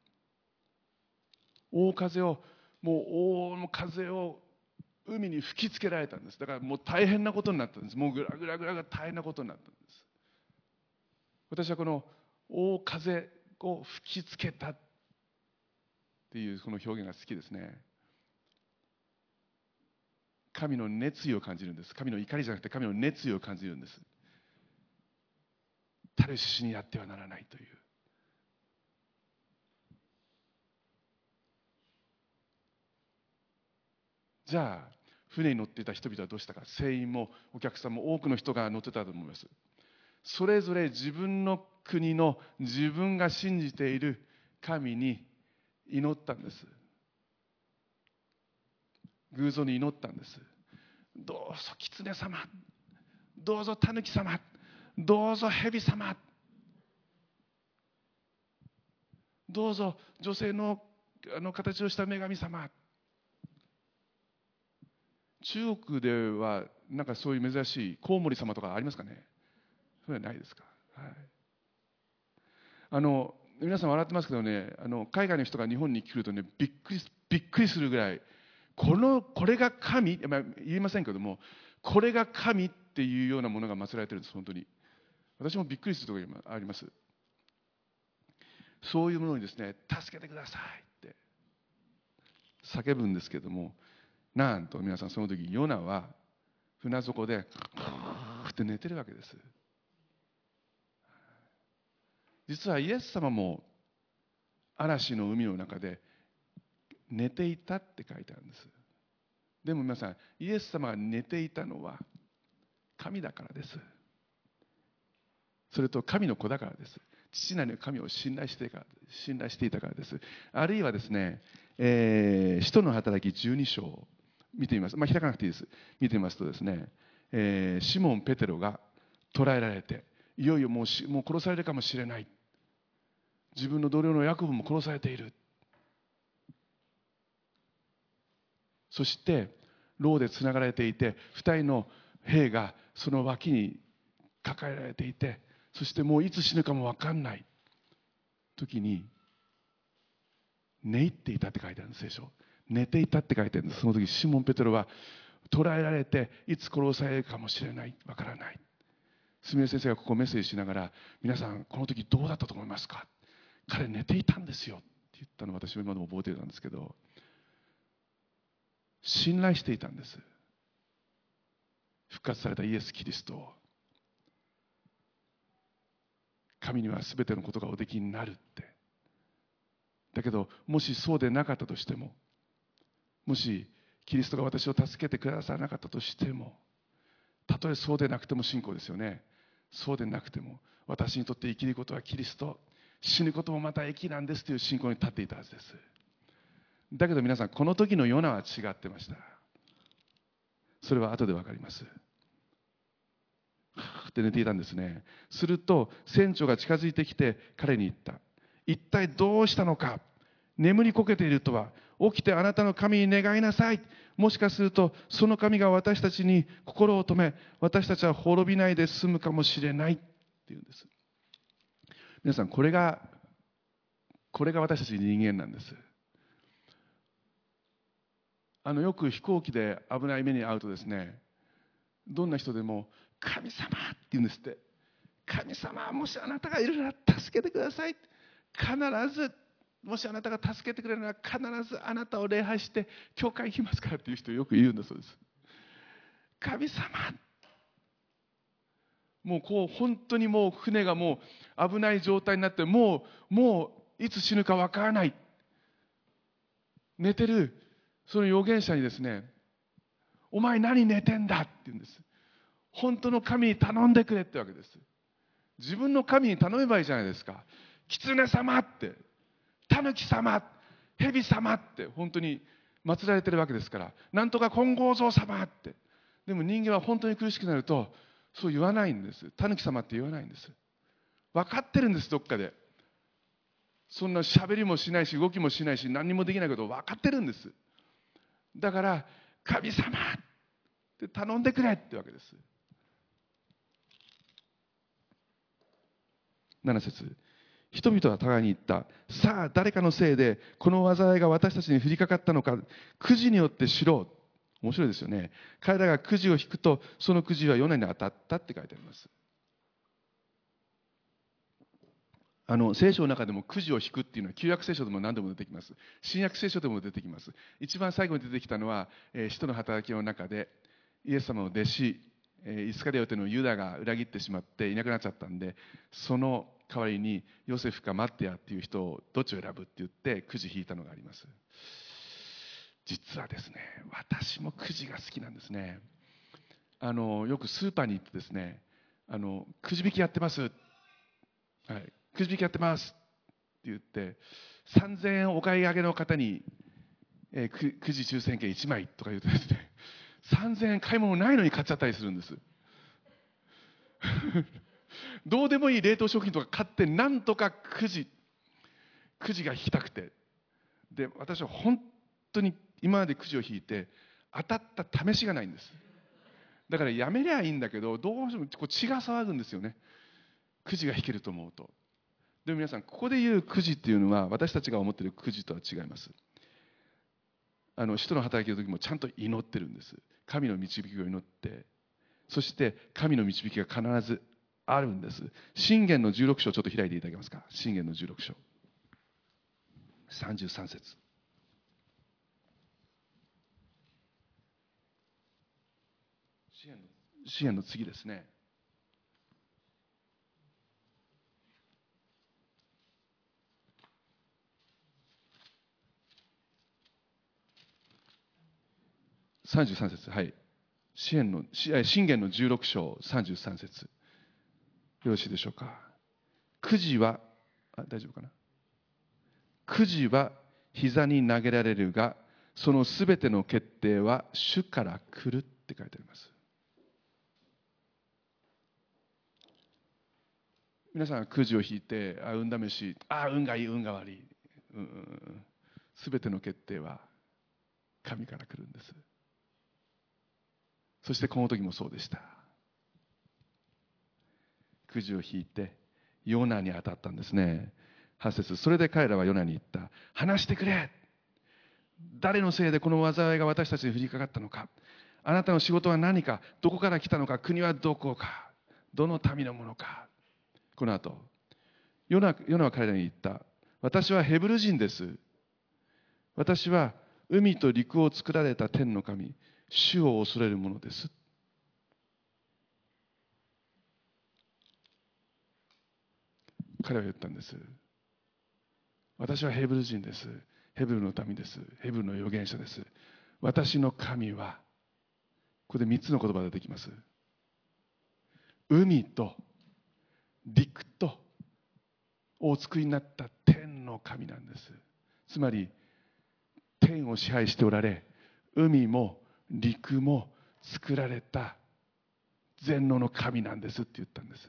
大風を、もう風を海に吹きつけられたんです。だからもう大変なことになったんです。もうグラグラグラが大変なことになったんです。私はこの大風を吹きつけたっていうこの表現が好きですね。神の熱意を感じるんです。神の怒りじゃなくて神の熱意を感じるんです。タルシシにやってはならないという。じゃあ船に乗っていた人々はどうしたか。船員もお客さんも多くの人が乗ってたと思います。それぞれ自分の国の自分が信じている神に祈ったんです。偶像に祈ったんです。どうぞ狐様、どうぞ狸様、どうぞ蛇様、どうぞ女性の形をした女神様、 中国ではなんかそういう珍しいコウモリ様とかありますかね。それはないですか。はい、皆さん笑ってますけどね、海外の人が日本に来るとね、びっくりするぐらい、これが神、言いませんけども、これが神っていうようなものが祀られてるんです。本当に私もびっくりするところがあります。そういうものにですね、助けてくださいって叫ぶんですけども、なんと皆さん、その時ヨナは船底でって寝てるわけです。実はイエス様も嵐の海の中で寝ていたって書いてあるんです。でも皆さん、イエス様が寝ていたのは神だからです。それと神の子だからです。父なる神を信頼していたからです。あるいはですね、使徒の働き12章を見てみます。開かなくていいです。見てみますとですね、シモン・ペテロが捕らえられて、いよいよもう殺されるかもしれない。自分の同僚のヤコブも殺されている。そして牢でつながられていて、2人の兵がその脇に抱えられていて、そしてもういつ死ぬかも分かんない時に寝入っていたって書いてあるんですでしょ。寝ていたって書いてあるんです。その時シモン・ペテロは捕らえられて、いつ殺されるかもしれない、分からない。すみれ先生がここメッセージしながら、皆さんこの時どうだったと思いますか。彼寝ていたんですよって言ったのを私は今でも覚えていたんですけど、信頼していたんです。復活されたイエス・キリストを。神には全てのことがおできになるって。だけどもしそうでなかったとしても、もしキリストが私を助けてくださらなかったとしても、たとえそうでなくても信仰ですよね。そうでなくても私にとって生きることはキリスト、死ぬこともまた益なんですという信仰に立っていたはずです。だけど皆さん、この時のヨナは違ってました。それは後で分かります。って寝ていたんですね。すると船長が近づいてきて彼に言った。一体どうしたのか。眠りこけているとは。起きてあなたの神に願いなさい。もしかするとその神が私たちに心を止め、私たちは滅びないで済むかもしれないって言うんです。皆さん、これが私たち人間なんです。よく飛行機で危ない目に遭うとですね、どんな人でも神様って言うんですって。神様、もしあなたがいるなら助けてください。必ず、もしあなたが助けてくれるなら必ずあなたを礼拝して教会行きますからっていう人よく言うんだそうです。神様、もう本当にもう船がもう危ない状態になって、もういつ死ぬか分からない、寝てるその預言者にですね、お前何寝てんだって言うんです。本当の神に頼んでくれってわけです。自分の神に頼めばいいじゃないですか。狐様って、狸様、蛇様って本当に祀られてるわけですから、なんとか金剛像様って。でも人間は本当に苦しくなるとそう言わないんです。狸様って言わないんです。分かってるんです。どっかでそんな喋りもしないし動きもしないし何にもできないことを分かってるんです。だから神様って頼んでくれってわけです。7節、人々は互いに言った。さあ誰かのせいでこの災いが私たちに降りかかったのか、くじによって知ろう。面白いですよね。彼らがくじを引くとそのくじはヨナに当たったって書いてあります。聖書の中でもくじを引くっていうのは旧約聖書でも何でも出てきます。新約聖書でも出てきます。一番最後に出てきたのは、使徒の働きの中でイエス様の弟子イスカリオテのユダが裏切ってしまっていなくなっちゃったんで、その代わりにヨセフかマッテヤっていう人をどっちを選ぶって言ってくじ引いたのがあります。実はですね、私もくじが好きなんですね。よくスーパーに行ってですね、くじ引きやってます、はい、くじ引きやってますって言って3000円お買い上げの方に、くじ抽選券1枚とか言うとですね、3000円買い物ないのに買っちゃったりするんですどうでもいい冷凍食品とか買ってなんとかくじが引きたくて、で私は本当に今までくじを引いて当たった試しがないんです。だからやめりゃいいんだけど、どうしてもこう血が騒ぐんですよね。くじが引けると思うと。でも皆さん、ここで言うくじっていうのは私たちが思っているくじとは違います。使徒の働きの時もちゃんと祈ってるんです。神の導きを祈って、そして神の導きが必ずあるんです。箴言の16章ちょっと開いていただけますか。箴言の16章33節。詩篇の次ですね。33節、はい。箴言の16章33節。よろしいでしょうか。くじは、大丈夫かな。くじは膝に投げられるが、そのすべての決定は主から来るって書いてあります。皆さんくじを引いて、運試し、運がいい、運が悪い、すべての決定は神から来るんです。そしてこの時もそうでした。くじを引いてヨナに当たったんですね。8節、それで彼らはヨナに言った。話してくれ。誰のせいでこの災いが私たちに降りかかったのか。あなたの仕事は何か、どこから来たのか、国はどこか、どの民のものか。この後、ヨナは彼らに言った。私はヘブル人です。私は海と陸を作られた天の神、主を恐れるものです。彼は言ったんです。私はヘブル人です。ヘブルの民です。ヘブルの預言者です。私の神は、ここで3つの言葉が出てきます。海と陸とお作りになった天の神なんです。つまり天を支配しておられ、海も陸も作られた全能の神なんですって言ったんです。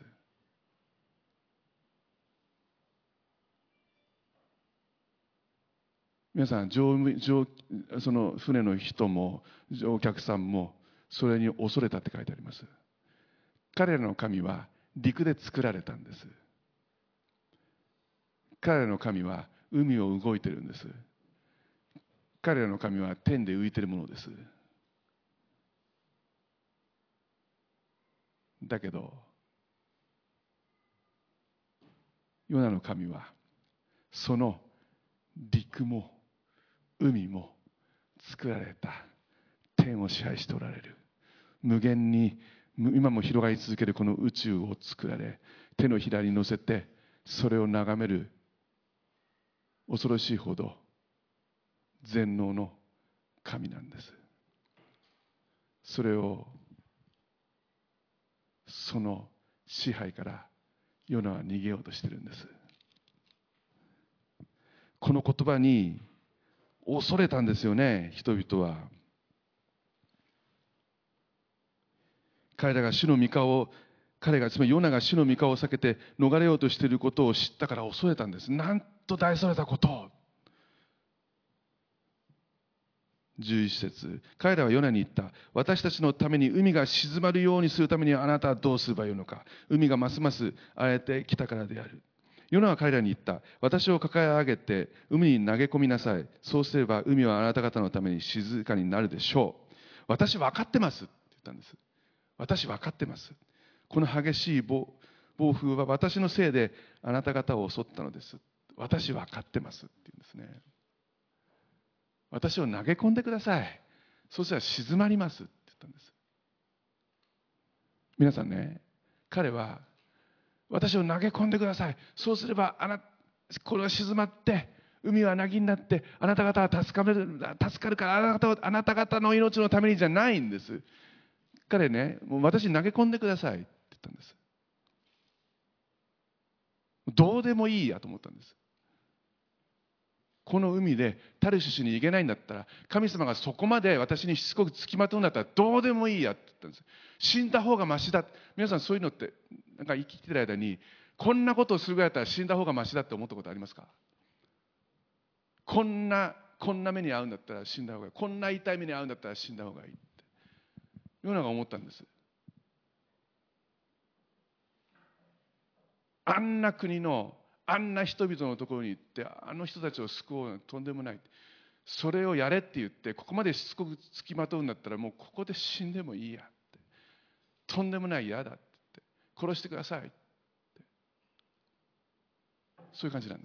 皆さん、その船の人も乗客さんもそれに恐れたって書いてあります。彼らの神は陸で作られたんです。彼らの神は海を動いてるんです。彼らの神は天で浮いてるものです。だけどヨナの神はその陸も海も作られた天を支配しておられる、無限に今も広がり続けるこの宇宙を作られ、手のひらに乗せてそれを眺める恐ろしいほど全能の神なんです。それを、その支配からヨナは逃げようとしてるんです。この言葉に恐れたんですよね、人々は。彼らが主の御顔を、つまりヨナが主の御顔を避けて逃れようとしていることを知ったから恐れたんです。なんと大それたことを。11節、彼らはヨナに言った。私たちのために海が静まるようにするためにあなたはどうすればよいのか。海がますます荒れてきたからである。ヨナは彼らに言った。私を抱え上げて海に投げ込みなさい。そうすれば海はあなた方のために静かになるでしょう。私分かってますって言ったんです。私分かってます。この激しい暴風は私のせいであなた方を襲ったのです。私分かってますって言うんですね。私を投げ込んでください。そうしたら静まりますって言ったんです。皆さんね、彼は私を投げ込んでください。そうすればこれは静まって海は凪になってあなた方は助かるからあなた方の命のためにじゃないんです。彼ね、もう私に投げ込んでくださいって言ったんです。どうでもいいやと思ったんです。この海でタルシシに行けないんだったら、神様がそこまで私にしつこくつきまとうんだったらどうでもいいやって言ったんです。死んだ方がマシだ。皆さんそういうのってなんか生きてる間にこんなことをするぐらいだったら死んだ方がマシだって思ったことありますか？こんなこんな目に遭うんだったら死んだ方がいい、こんな痛い目に遭うんだったら死んだ方がいいってヨナが思ったんです。あんな国のあんな人々のところに行ってあの人たちを救おうなんてとんでもない、それをやれって言ってここまでしつこくつきまとうんだったらもうここで死んでもいいやって、とんでもない嫌だって言って殺してくださいって、そういう感じなんです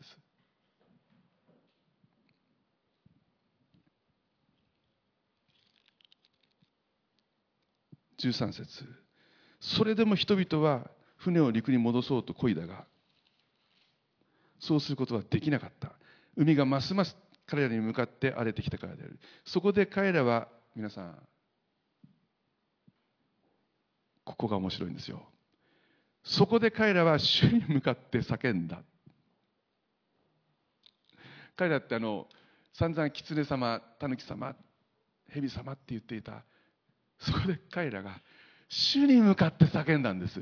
。13節、それでも人々は船を陸に戻そうと漕いだがそうすることはできなかった。海がますます彼らに向かって荒れてきたからである。そこで彼らは、皆さんここが面白いんですよ。そこで彼らは主に向かって叫んだ。彼らって散々狐様、狸様、蛇様って言っていた、そこで彼らが主に向かって叫んだんです。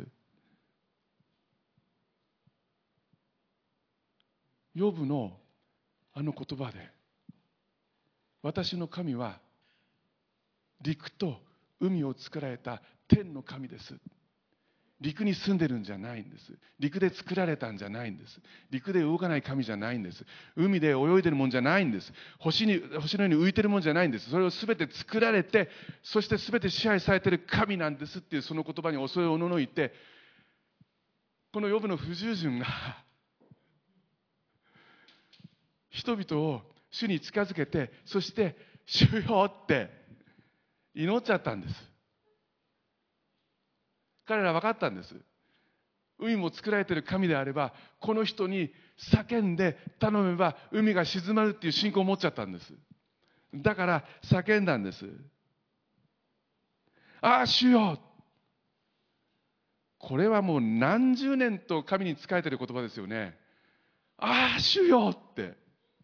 ヨブのあの言葉で、私の神は陸と海を作られた天の神です。陸に住んでるんじゃないんです。陸で作られたんじゃないんです。陸で動かない神じゃないんです。海で泳いでるもんじゃないんです。星のように浮いてるもんじゃないんです。それを全て作られて、そして全て支配されている神なんですっていうその言葉に恐れおののいて、このヨブの不従順が人々を主に近づけて、そして主よって祈っちゃったんです。彼らは分かったんです。海も作られている神であれば、この人に叫んで頼めば海が静まるっていう信仰を持っちゃったんです。だから叫んだんです。ああ主よ、これはもう何十年と神に仕えている言葉ですよね。ああ主よって、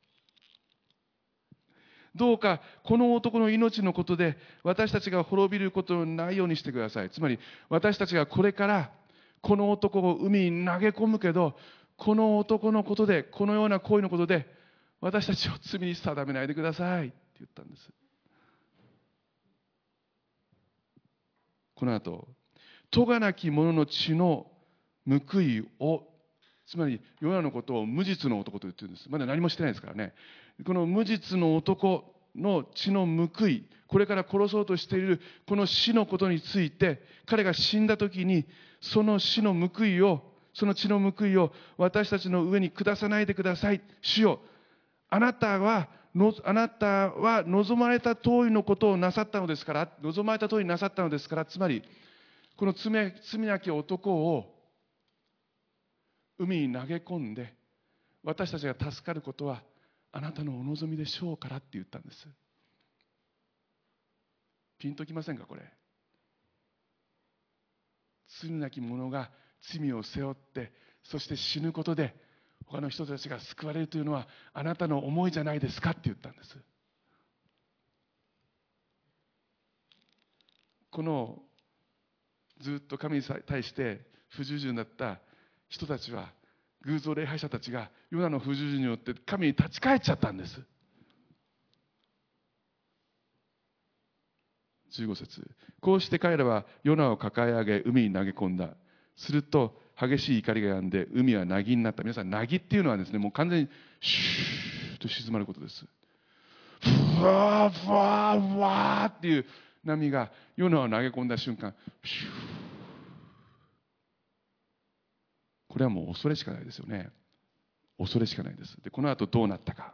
どうかこの男の命のことで私たちが滅びることのないようにしてください。つまり私たちがこれからこの男を海に投げ込むけど、この男のことで、このような行為のことで私たちを罪に定めないでくださいって言ったんです。この後、咎なき者の血の報いを、つまりヨナのことを無実の男と言ってるんです。まだ何もしてないですからね。この無実の男の血の報い、これから殺そうとしているこの死のことについて、彼が死んだ時にその死の報いを、その血の報いを私たちの上に下さないでください。主よ、あなたは望まれた通りのことをなさったのですから、望まれた通りになさったのですから、つまりこの罪なき男を海に投げ込んで私たちが助かることはあなたのお望みでしょうからって言ったんです。ピンときませんかこれ。罪なき者が罪を背負ってそして死ぬことで他の人たちが救われるというのはあなたの思いじゃないですかって言ったんです。このずっと神に対して不従順だった人たちは、偶像礼拝者たちがヨナの不従順によって神に立ち返っちゃったんです。15節、こうして彼らはヨナを抱え上げ海に投げ込んだ。すると激しい怒りが止んで海は凪になった。皆さん、凪っていうのはですね、もう完全にシューッと静まることです。ふわーふわーふわーっていう波がヨナを投げ込んだ瞬間、シュー、これはもう恐れしかないですよね。恐れしかないです。で、この後どうなったか。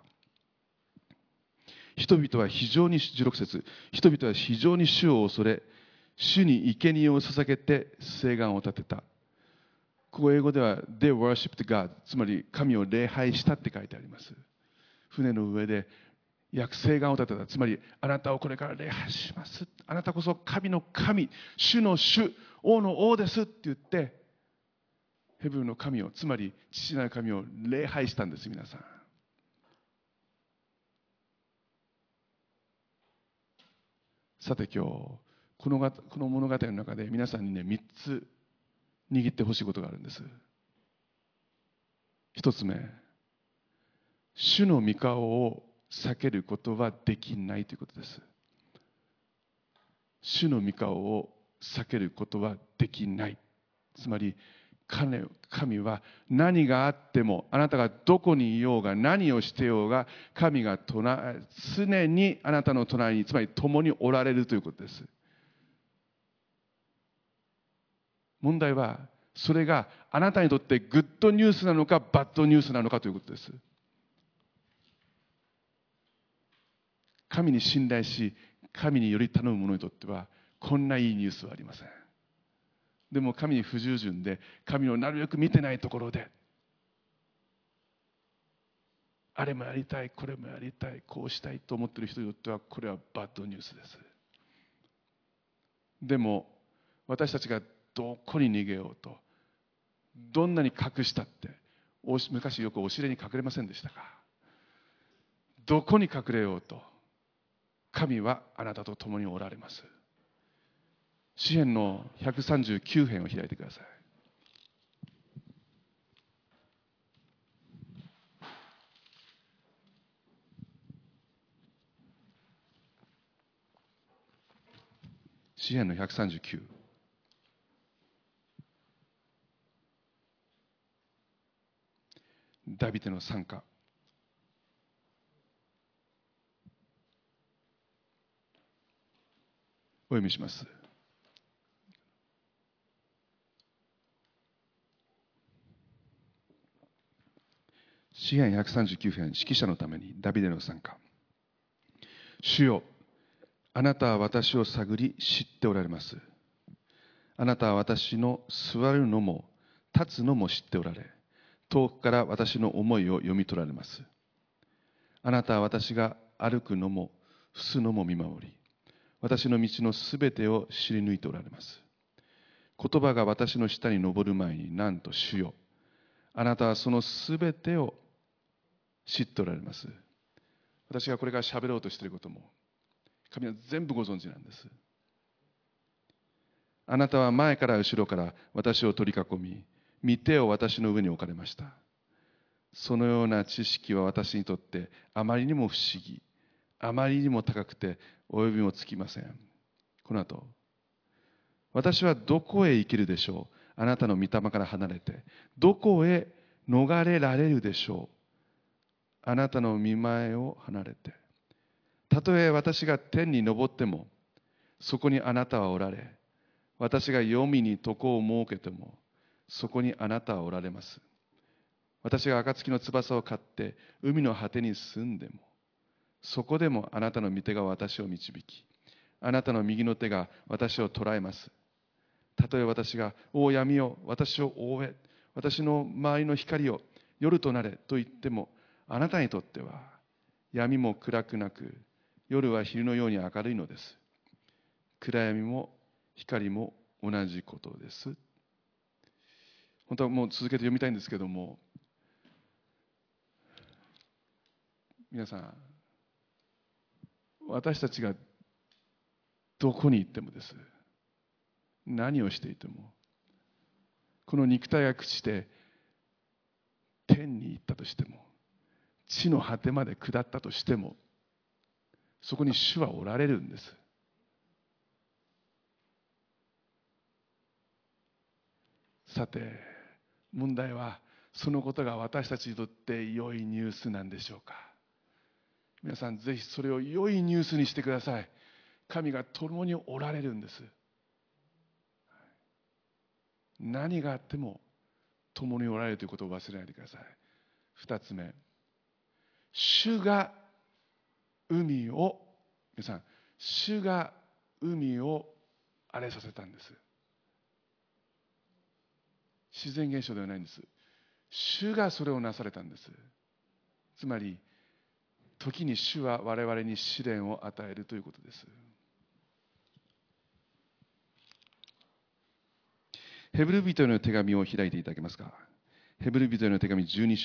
人々は非常に、16節、人々は非常に主を恐れ、主に生贄を捧げて誓願を立てた。ここ英語では They worshipped God、 つまり神を礼拝したって書いてあります。船の上で誓願を立てた。つまりあなたをこれから礼拝します、あなたこそ神の神、主の主、王の王ですって言ってヘブルの神を、つまり父なる神を礼拝したんです。皆さん、さて今日この物語の中で皆さんにね、3つ握ってほしいことがあるんです。1つ目、主の御顔を避けることはできないということです。主の御顔を避けることはできない。つまり神は何があっても、あなたがどこにいようが何をしてようが、神が常にあなたの隣に、つまり共におられるということです。問題はそれがあなたにとってグッドニュースなのかバッドニュースなのかということです。神に信頼し神により頼む者にとってはこんないいニュースはありません。でも神に不従順で神をなるべく見てないところで、あれもやりたいこれもやりたいこうしたいと思っている人にとってはこれはバッドニュースです。でも私たちがどこに逃げようと、どんなに隠したって、昔よくお尻に隠れませんでしたか。どこに隠れようと神はあなたと共におられます。詩編の139編を開いてください。詩編の139。ダビデの賛歌。お読みします。詩編139編、指揮者のためにダビデの賛歌。主よ、あなたは私を探り知っておられます。あなたは私の座るのも立つのも知っておられ、遠くから私の思いを読み取られます。あなたは私が歩くのも伏すのも見守り、私の道のすべてを知り抜いておられます。言葉が私の下に上る前に、なんと主よ、あなたはそのすべてを知っておられます。私がこれから喋ろうとしていることも神は全部ご存知なんです。あなたは前から後ろから私を取り囲み、御手を私の上に置かれました。そのような知識は私にとってあまりにも不思議、あまりにも高くて及びもつきません。この後、私はどこへ生きるでしょう。あなたの御霊から離れてどこへ逃れられるでしょう。あなたの御前を離れて、たとえ私が天に昇ってもそこにあなたはおられ、私が黄泉に床を設けてもそこにあなたはおられます。私が暁の翼を買って海の果てに住んでも、そこでもあなたの御手が私を導き、あなたの右の手が私を捉えます。たとえ私がお闇よ私を覆え、私の周りの光を夜となれと言っても、あなたにとっては闇も暗くなく、夜は昼のように明るいのです。暗闇も光も同じことです。本当はもう続けて読みたいんですけども、皆さん、私たちがどこに行ってもです、何をしていても、この肉体が朽ちて天に行ったとしても、地の果てまで下ったとしても、そこに主はおられるんです。さて、問題はそのことが私たちにとって良いニュースなんでしょうか。皆さん、ぜひそれを良いニュースにしてください。神が共におられるんです。何があっても共におられるということを忘れないでください。二つ目、主が海を、皆さん、主が海を荒れさせたんです。自然現象ではないんです。主がそれをなされたんです。つまり、時に主は我々に試練を与えるということです。ヘブル人への手紙を開いていただけますか。ヘブル人への手紙12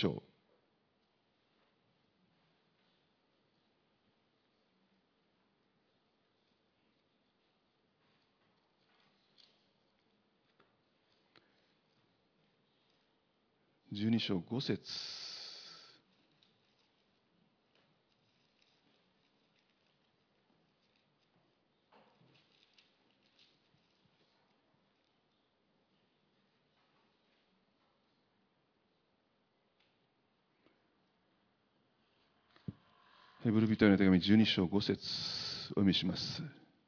章。12章5節。 ヘブル人への手紙12章5節お読みします。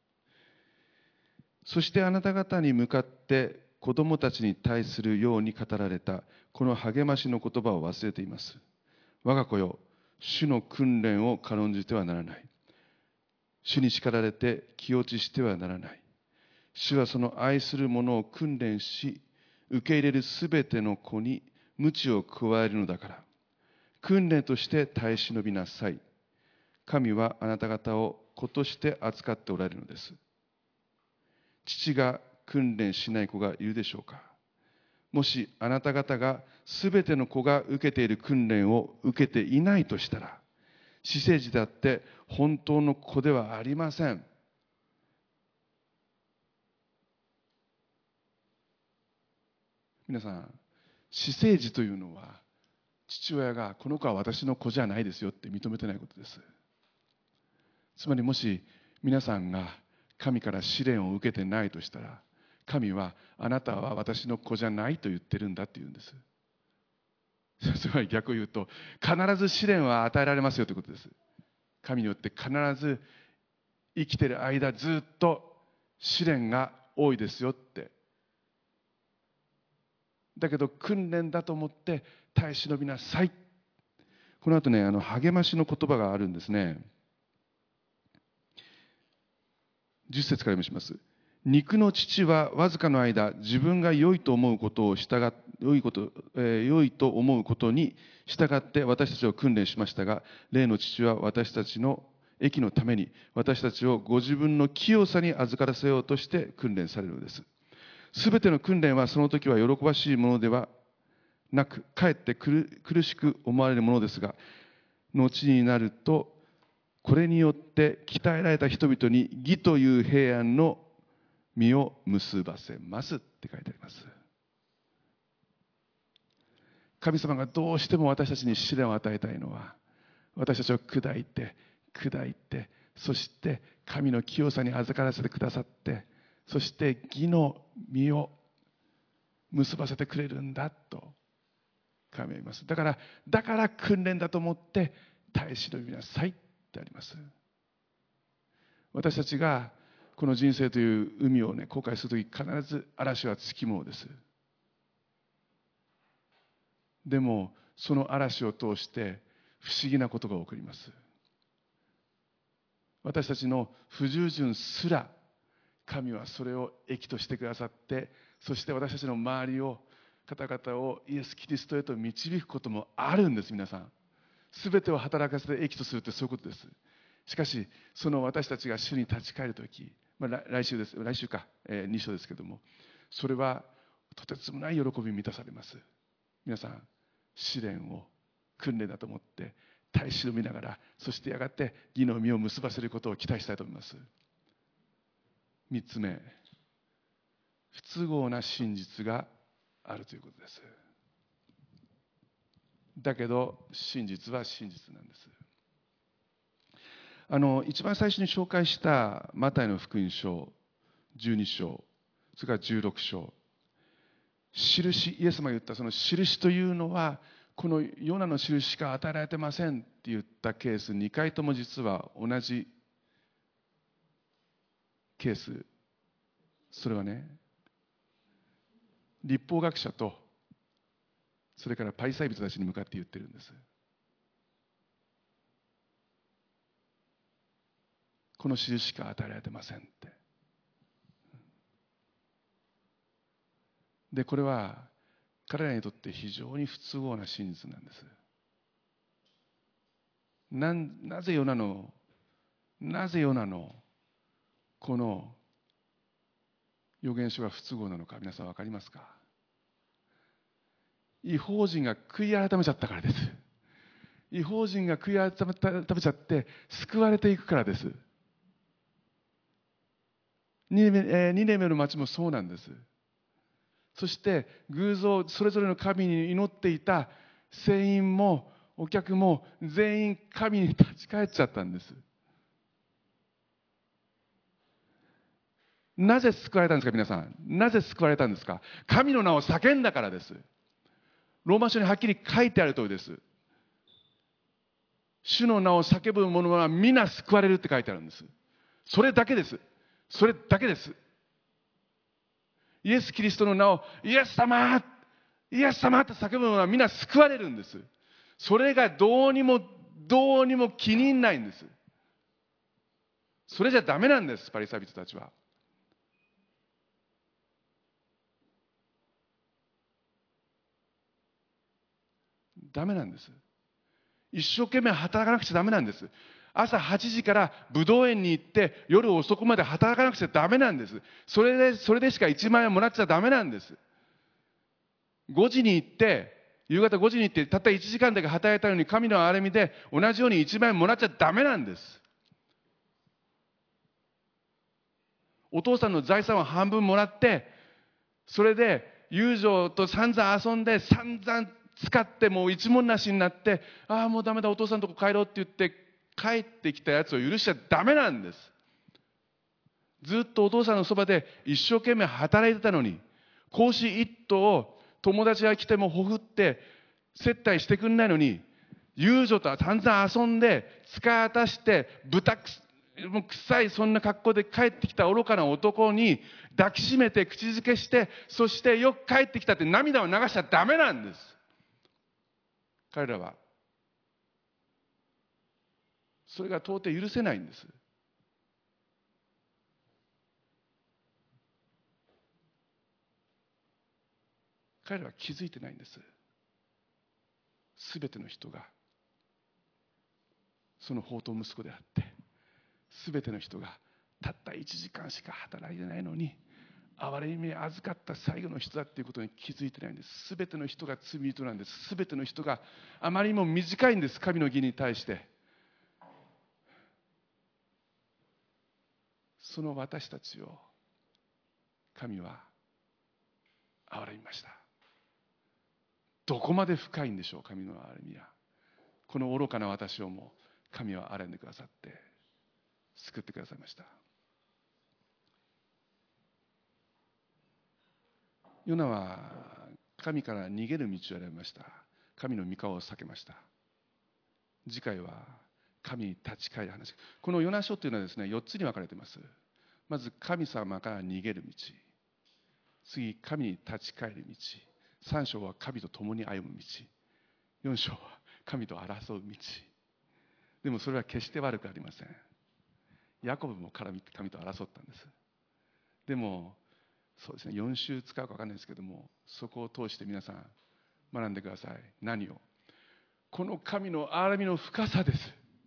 そしてあなた方に向かって子供たちに対するように語られたこの励ましの言葉を忘れています。我が子よ、主の訓練を軽んじてはならない。主に叱られて気落ちしてはならない。主はその愛する者を訓練し、受け入れるすべての子に鞭を加えるのだから、訓練として耐え忍びなさい。神はあなた方を子として扱っておられるのです。父が訓練しない子がいるでしょうか。もしあなた方がすべての子が受けている訓練を受けていないとしたら、私生児であって本当の子ではありません。皆さん、私生児というのは父親がこの子は私の子じゃないですよって認めてないことです。つまりもし皆さんが神から試練を受けてないとしたら、神はあなたは私の子じゃないと言ってるんだって言うんです。つまり逆を言うと、必ず試練は与えられますよということです。神によって必ず生きている間ずっと試練が多いですよって。だけど訓練だと思って耐え忍びなさい。この後ね、励ましの言葉があるんですね。10節から読みします。肉の父はわずかの間、自分が良いと思うことを良いと思うことに従って私たちを訓練しましたが、霊の父は私たちの益のために私たちをご自分の清さに預からせようとして訓練されるのです。すべての訓練はその時は喜ばしいものではなく、かえって苦しく思われるものですが、後になるとこれによって鍛えられた人々に義という平安の実を結ばせますって書いてあります。神様がどうしても私たちに試練を与えたいのは、私たちを砕いてそして神の清さに預からせてくださって、そして義の実を結ばせてくれるんだと神は言います。だから訓練だと思って耐え忍びなさいってあります。私たちがこの人生という海をね、航海するとき必ず嵐はつきものです。でもその嵐を通して不思議なことが起こります。私たちの不従順すら神はそれを益としてくださって、そして私たちの周りを方々をイエス・キリストへと導くこともあるんです。皆さん、すべてを働かせて益とするってそういうことです。しかしその私たちが主に立ち返るとき、来週か、2章ですけども、それはとてつもない喜びに満たされます。皆さん、試練を訓練だと思って耐え忍びながら、そしてやがて義の実を結ばせることを期待したいと思います。3つ目、不都合な真実があるということです。だけど真実は真実なんです。一番最初に紹介したマタイの福音書12章、それから16章、印、イエス様が言ったその印というのは、このヨナの印しか与えられてませんって言ったケース、2回とも実は同じケース。それはね、律法学者とそれからパリサイ人たちに向かって言ってるんです。この印しか与えられてませんって。でこれは彼らにとって非常に不都合な真実なんです。なぜヨナのこの預言書が不都合なのか、皆さん分かりますか？異邦人が悔い改めちゃったからです。異邦人が悔い改めちゃって救われていくからです。ニネベの町もそうなんです。そして偶像、それぞれの神に祈っていた船員もお客も全員神に立ち返っちゃったんです。なぜ救われたんですか？皆さん、なぜ救われたんですか？神の名を叫んだからです。ローマ書にはっきり書いてある通りです。 主の名を叫ぶ者は皆救われるって書いてあるんです。それだけです。それだけです。イエス・キリストの名をイエス様、イエス様って叫ぶ者は皆救われるんです。それがどうにも気に入らないんです。それじゃダメなんです、パリサイ人たちは。ダメなんです。一生懸命働かなくちゃダメなんです。朝8時からブドウ園に行って夜遅くまで働かなくちゃダメなんです。それでしか1万円もらっちゃダメなんです。5時に行って夕方5時に行ってたった1時間だけ働いたのに神の憐れみで同じように1万円もらっちゃダメなんです。お父さんの財産を半分もらってそれで友情と散々遊んで散々使ってもう一文なしになって、ああもうダメだお父さんのとこ帰ろうって言って帰ってきたやつを許しちゃダメなんです。ずっとお父さんのそばで一生懸命働いてたのに、子牛一頭を友達が来てもほふって接待してくんないのに、遊女と散々遊んで使い果たしてもう臭いそんな格好で帰ってきた愚かな男に抱きしめて口づけして、そしてよく帰ってきたって涙を流しちゃダメなんです。彼らはそれが到底許せないんです。彼らは気づいてないんです。すべての人がその放蕩息子であって、すべての人がたった1時間しか働いてないのに憐れみ預かった最後の人だっていうことに気づいてないんです。すべての人が罪人なんです。すべての人があまりにも短いんです。神の義に対してその私たちを神は憐れみました。どこまで深いんでしょう、神の憐れみは。この愚かな私をも神は憐れんでくださって救ってくださいました。ヨナは神から逃げる道を選びました。神の御顔を避けました。次回は神に立ち返る話。このヨナ書というのはですね、4つに分かれています。まず神様から逃げる道、次神に立ち返る道、3章は神と共に歩む道、4章は神と争う道。でもそれは決して悪くありません。ヤコブも神と争ったんです。でもそうですね、4週使うか分からないですけども、そこを通して皆さん学んでください。何を？この神の憐れみの深さです。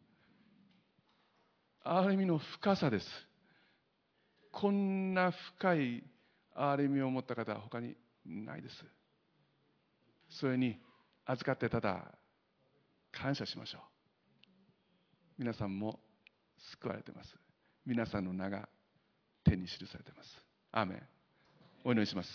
憐れみの深さです。こんな深い憐れみを持った方は他にないです。それに預かってただ感謝しましょう。皆さんも救われています。皆さんの名が天に記されています。アーメン。お祈りします。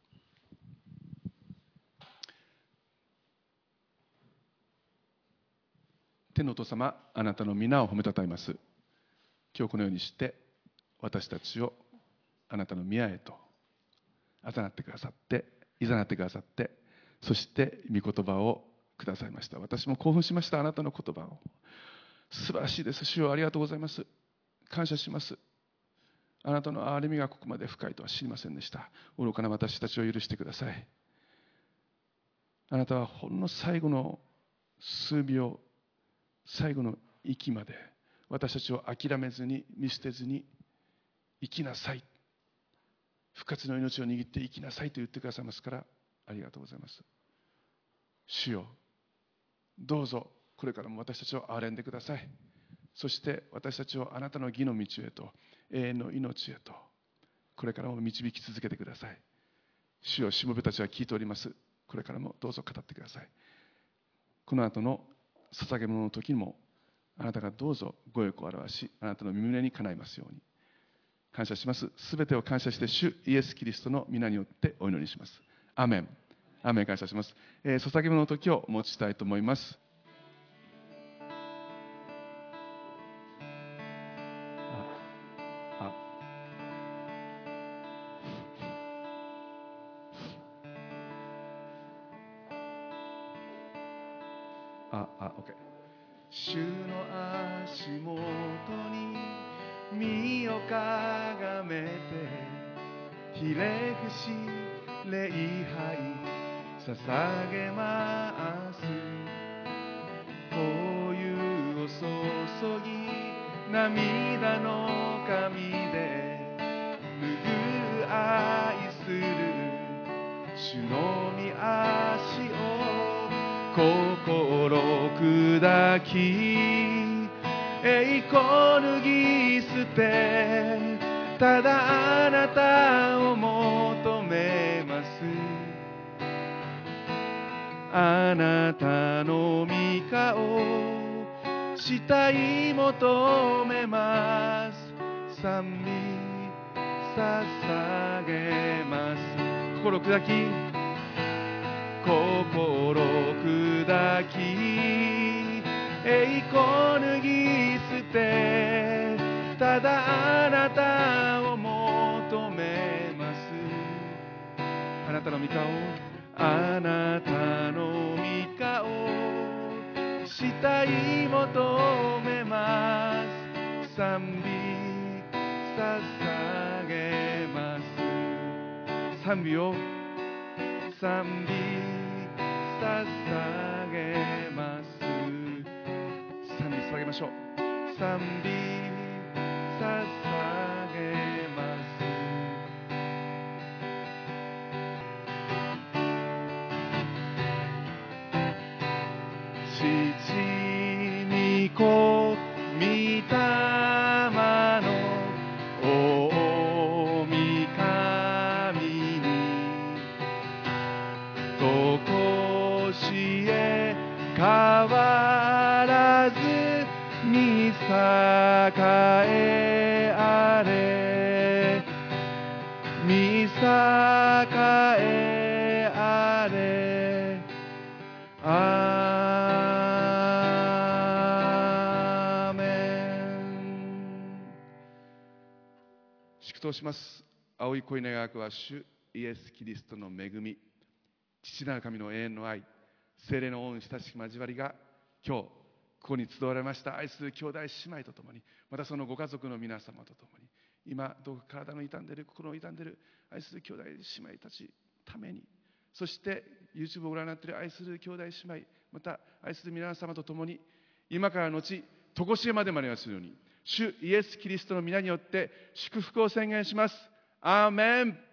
天のお父様、あなたの皆を褒めたたえます。今日このようにして私たちをあなたの宮へと誘ってくださって、そして御言葉をくださいました。私も興奮しました。あなたの言葉を。素晴らしいです。主よ、ありがとうございます。感謝します。あなたの憐れみがここまで深いとは知りませんでした。愚かな私たちを許してください。あなたはほんの最後の数秒、最後の息まで私たちを諦めずに見捨てずに生きなさい、復活の命を握って生きなさいと言ってくださいますから、ありがとうございます。主よ、どうぞこれからも私たちを憐れんでください。そして私たちをあなたの義の道へと永遠の命へとこれからも導き続けてください。主よ、しもべたちは聞いております。これからもどうぞ語ってください。この後の捧げ物の時にもあなたがどうぞご欲を表し、あなたの身胸にかないますように感謝します。すべてを感謝して主イエス・キリストの皆によってお祈りします。アーメン。アーメン。感謝します。捧げ物の時を持ちたいと思います。OK。 主の足元に身をかがめてひれ伏し礼拝捧げます。灯油を注ぎ涙の髪で拭う愛する主の御足を心砕き栄光脱ぎ捨てただあなたを求めます。あなたの御顔慕い求めます。賛美捧げます。心砕き栄光脱ぎ捨てただあなたを求めます。あなたの御顔あなたの御顔慕い求めます。賛美捧げます。賛美を賛美捧げます。賛美捧げましょう。賛美捧げます。父御子御霊の大神にとこしえ変わらずに栄あれ見栄あれアーメン。祝祷します。青い恋の約は主イエス・キリストの恵み、父なる神の永遠の愛、聖霊の恩親しき交わりが今日ここに集われました愛する兄弟姉妹とともに、またそのご家族の皆様とともに、今どうか体の痛んでいる心の痛んでいる愛する兄弟姉妹たちために、そして YouTube をご覧になっている愛する兄弟姉妹、また愛する皆様とともに、今からのちとこしえまでまいりますように主イエス・キリストの皆によって祝福を宣言します。アーメン。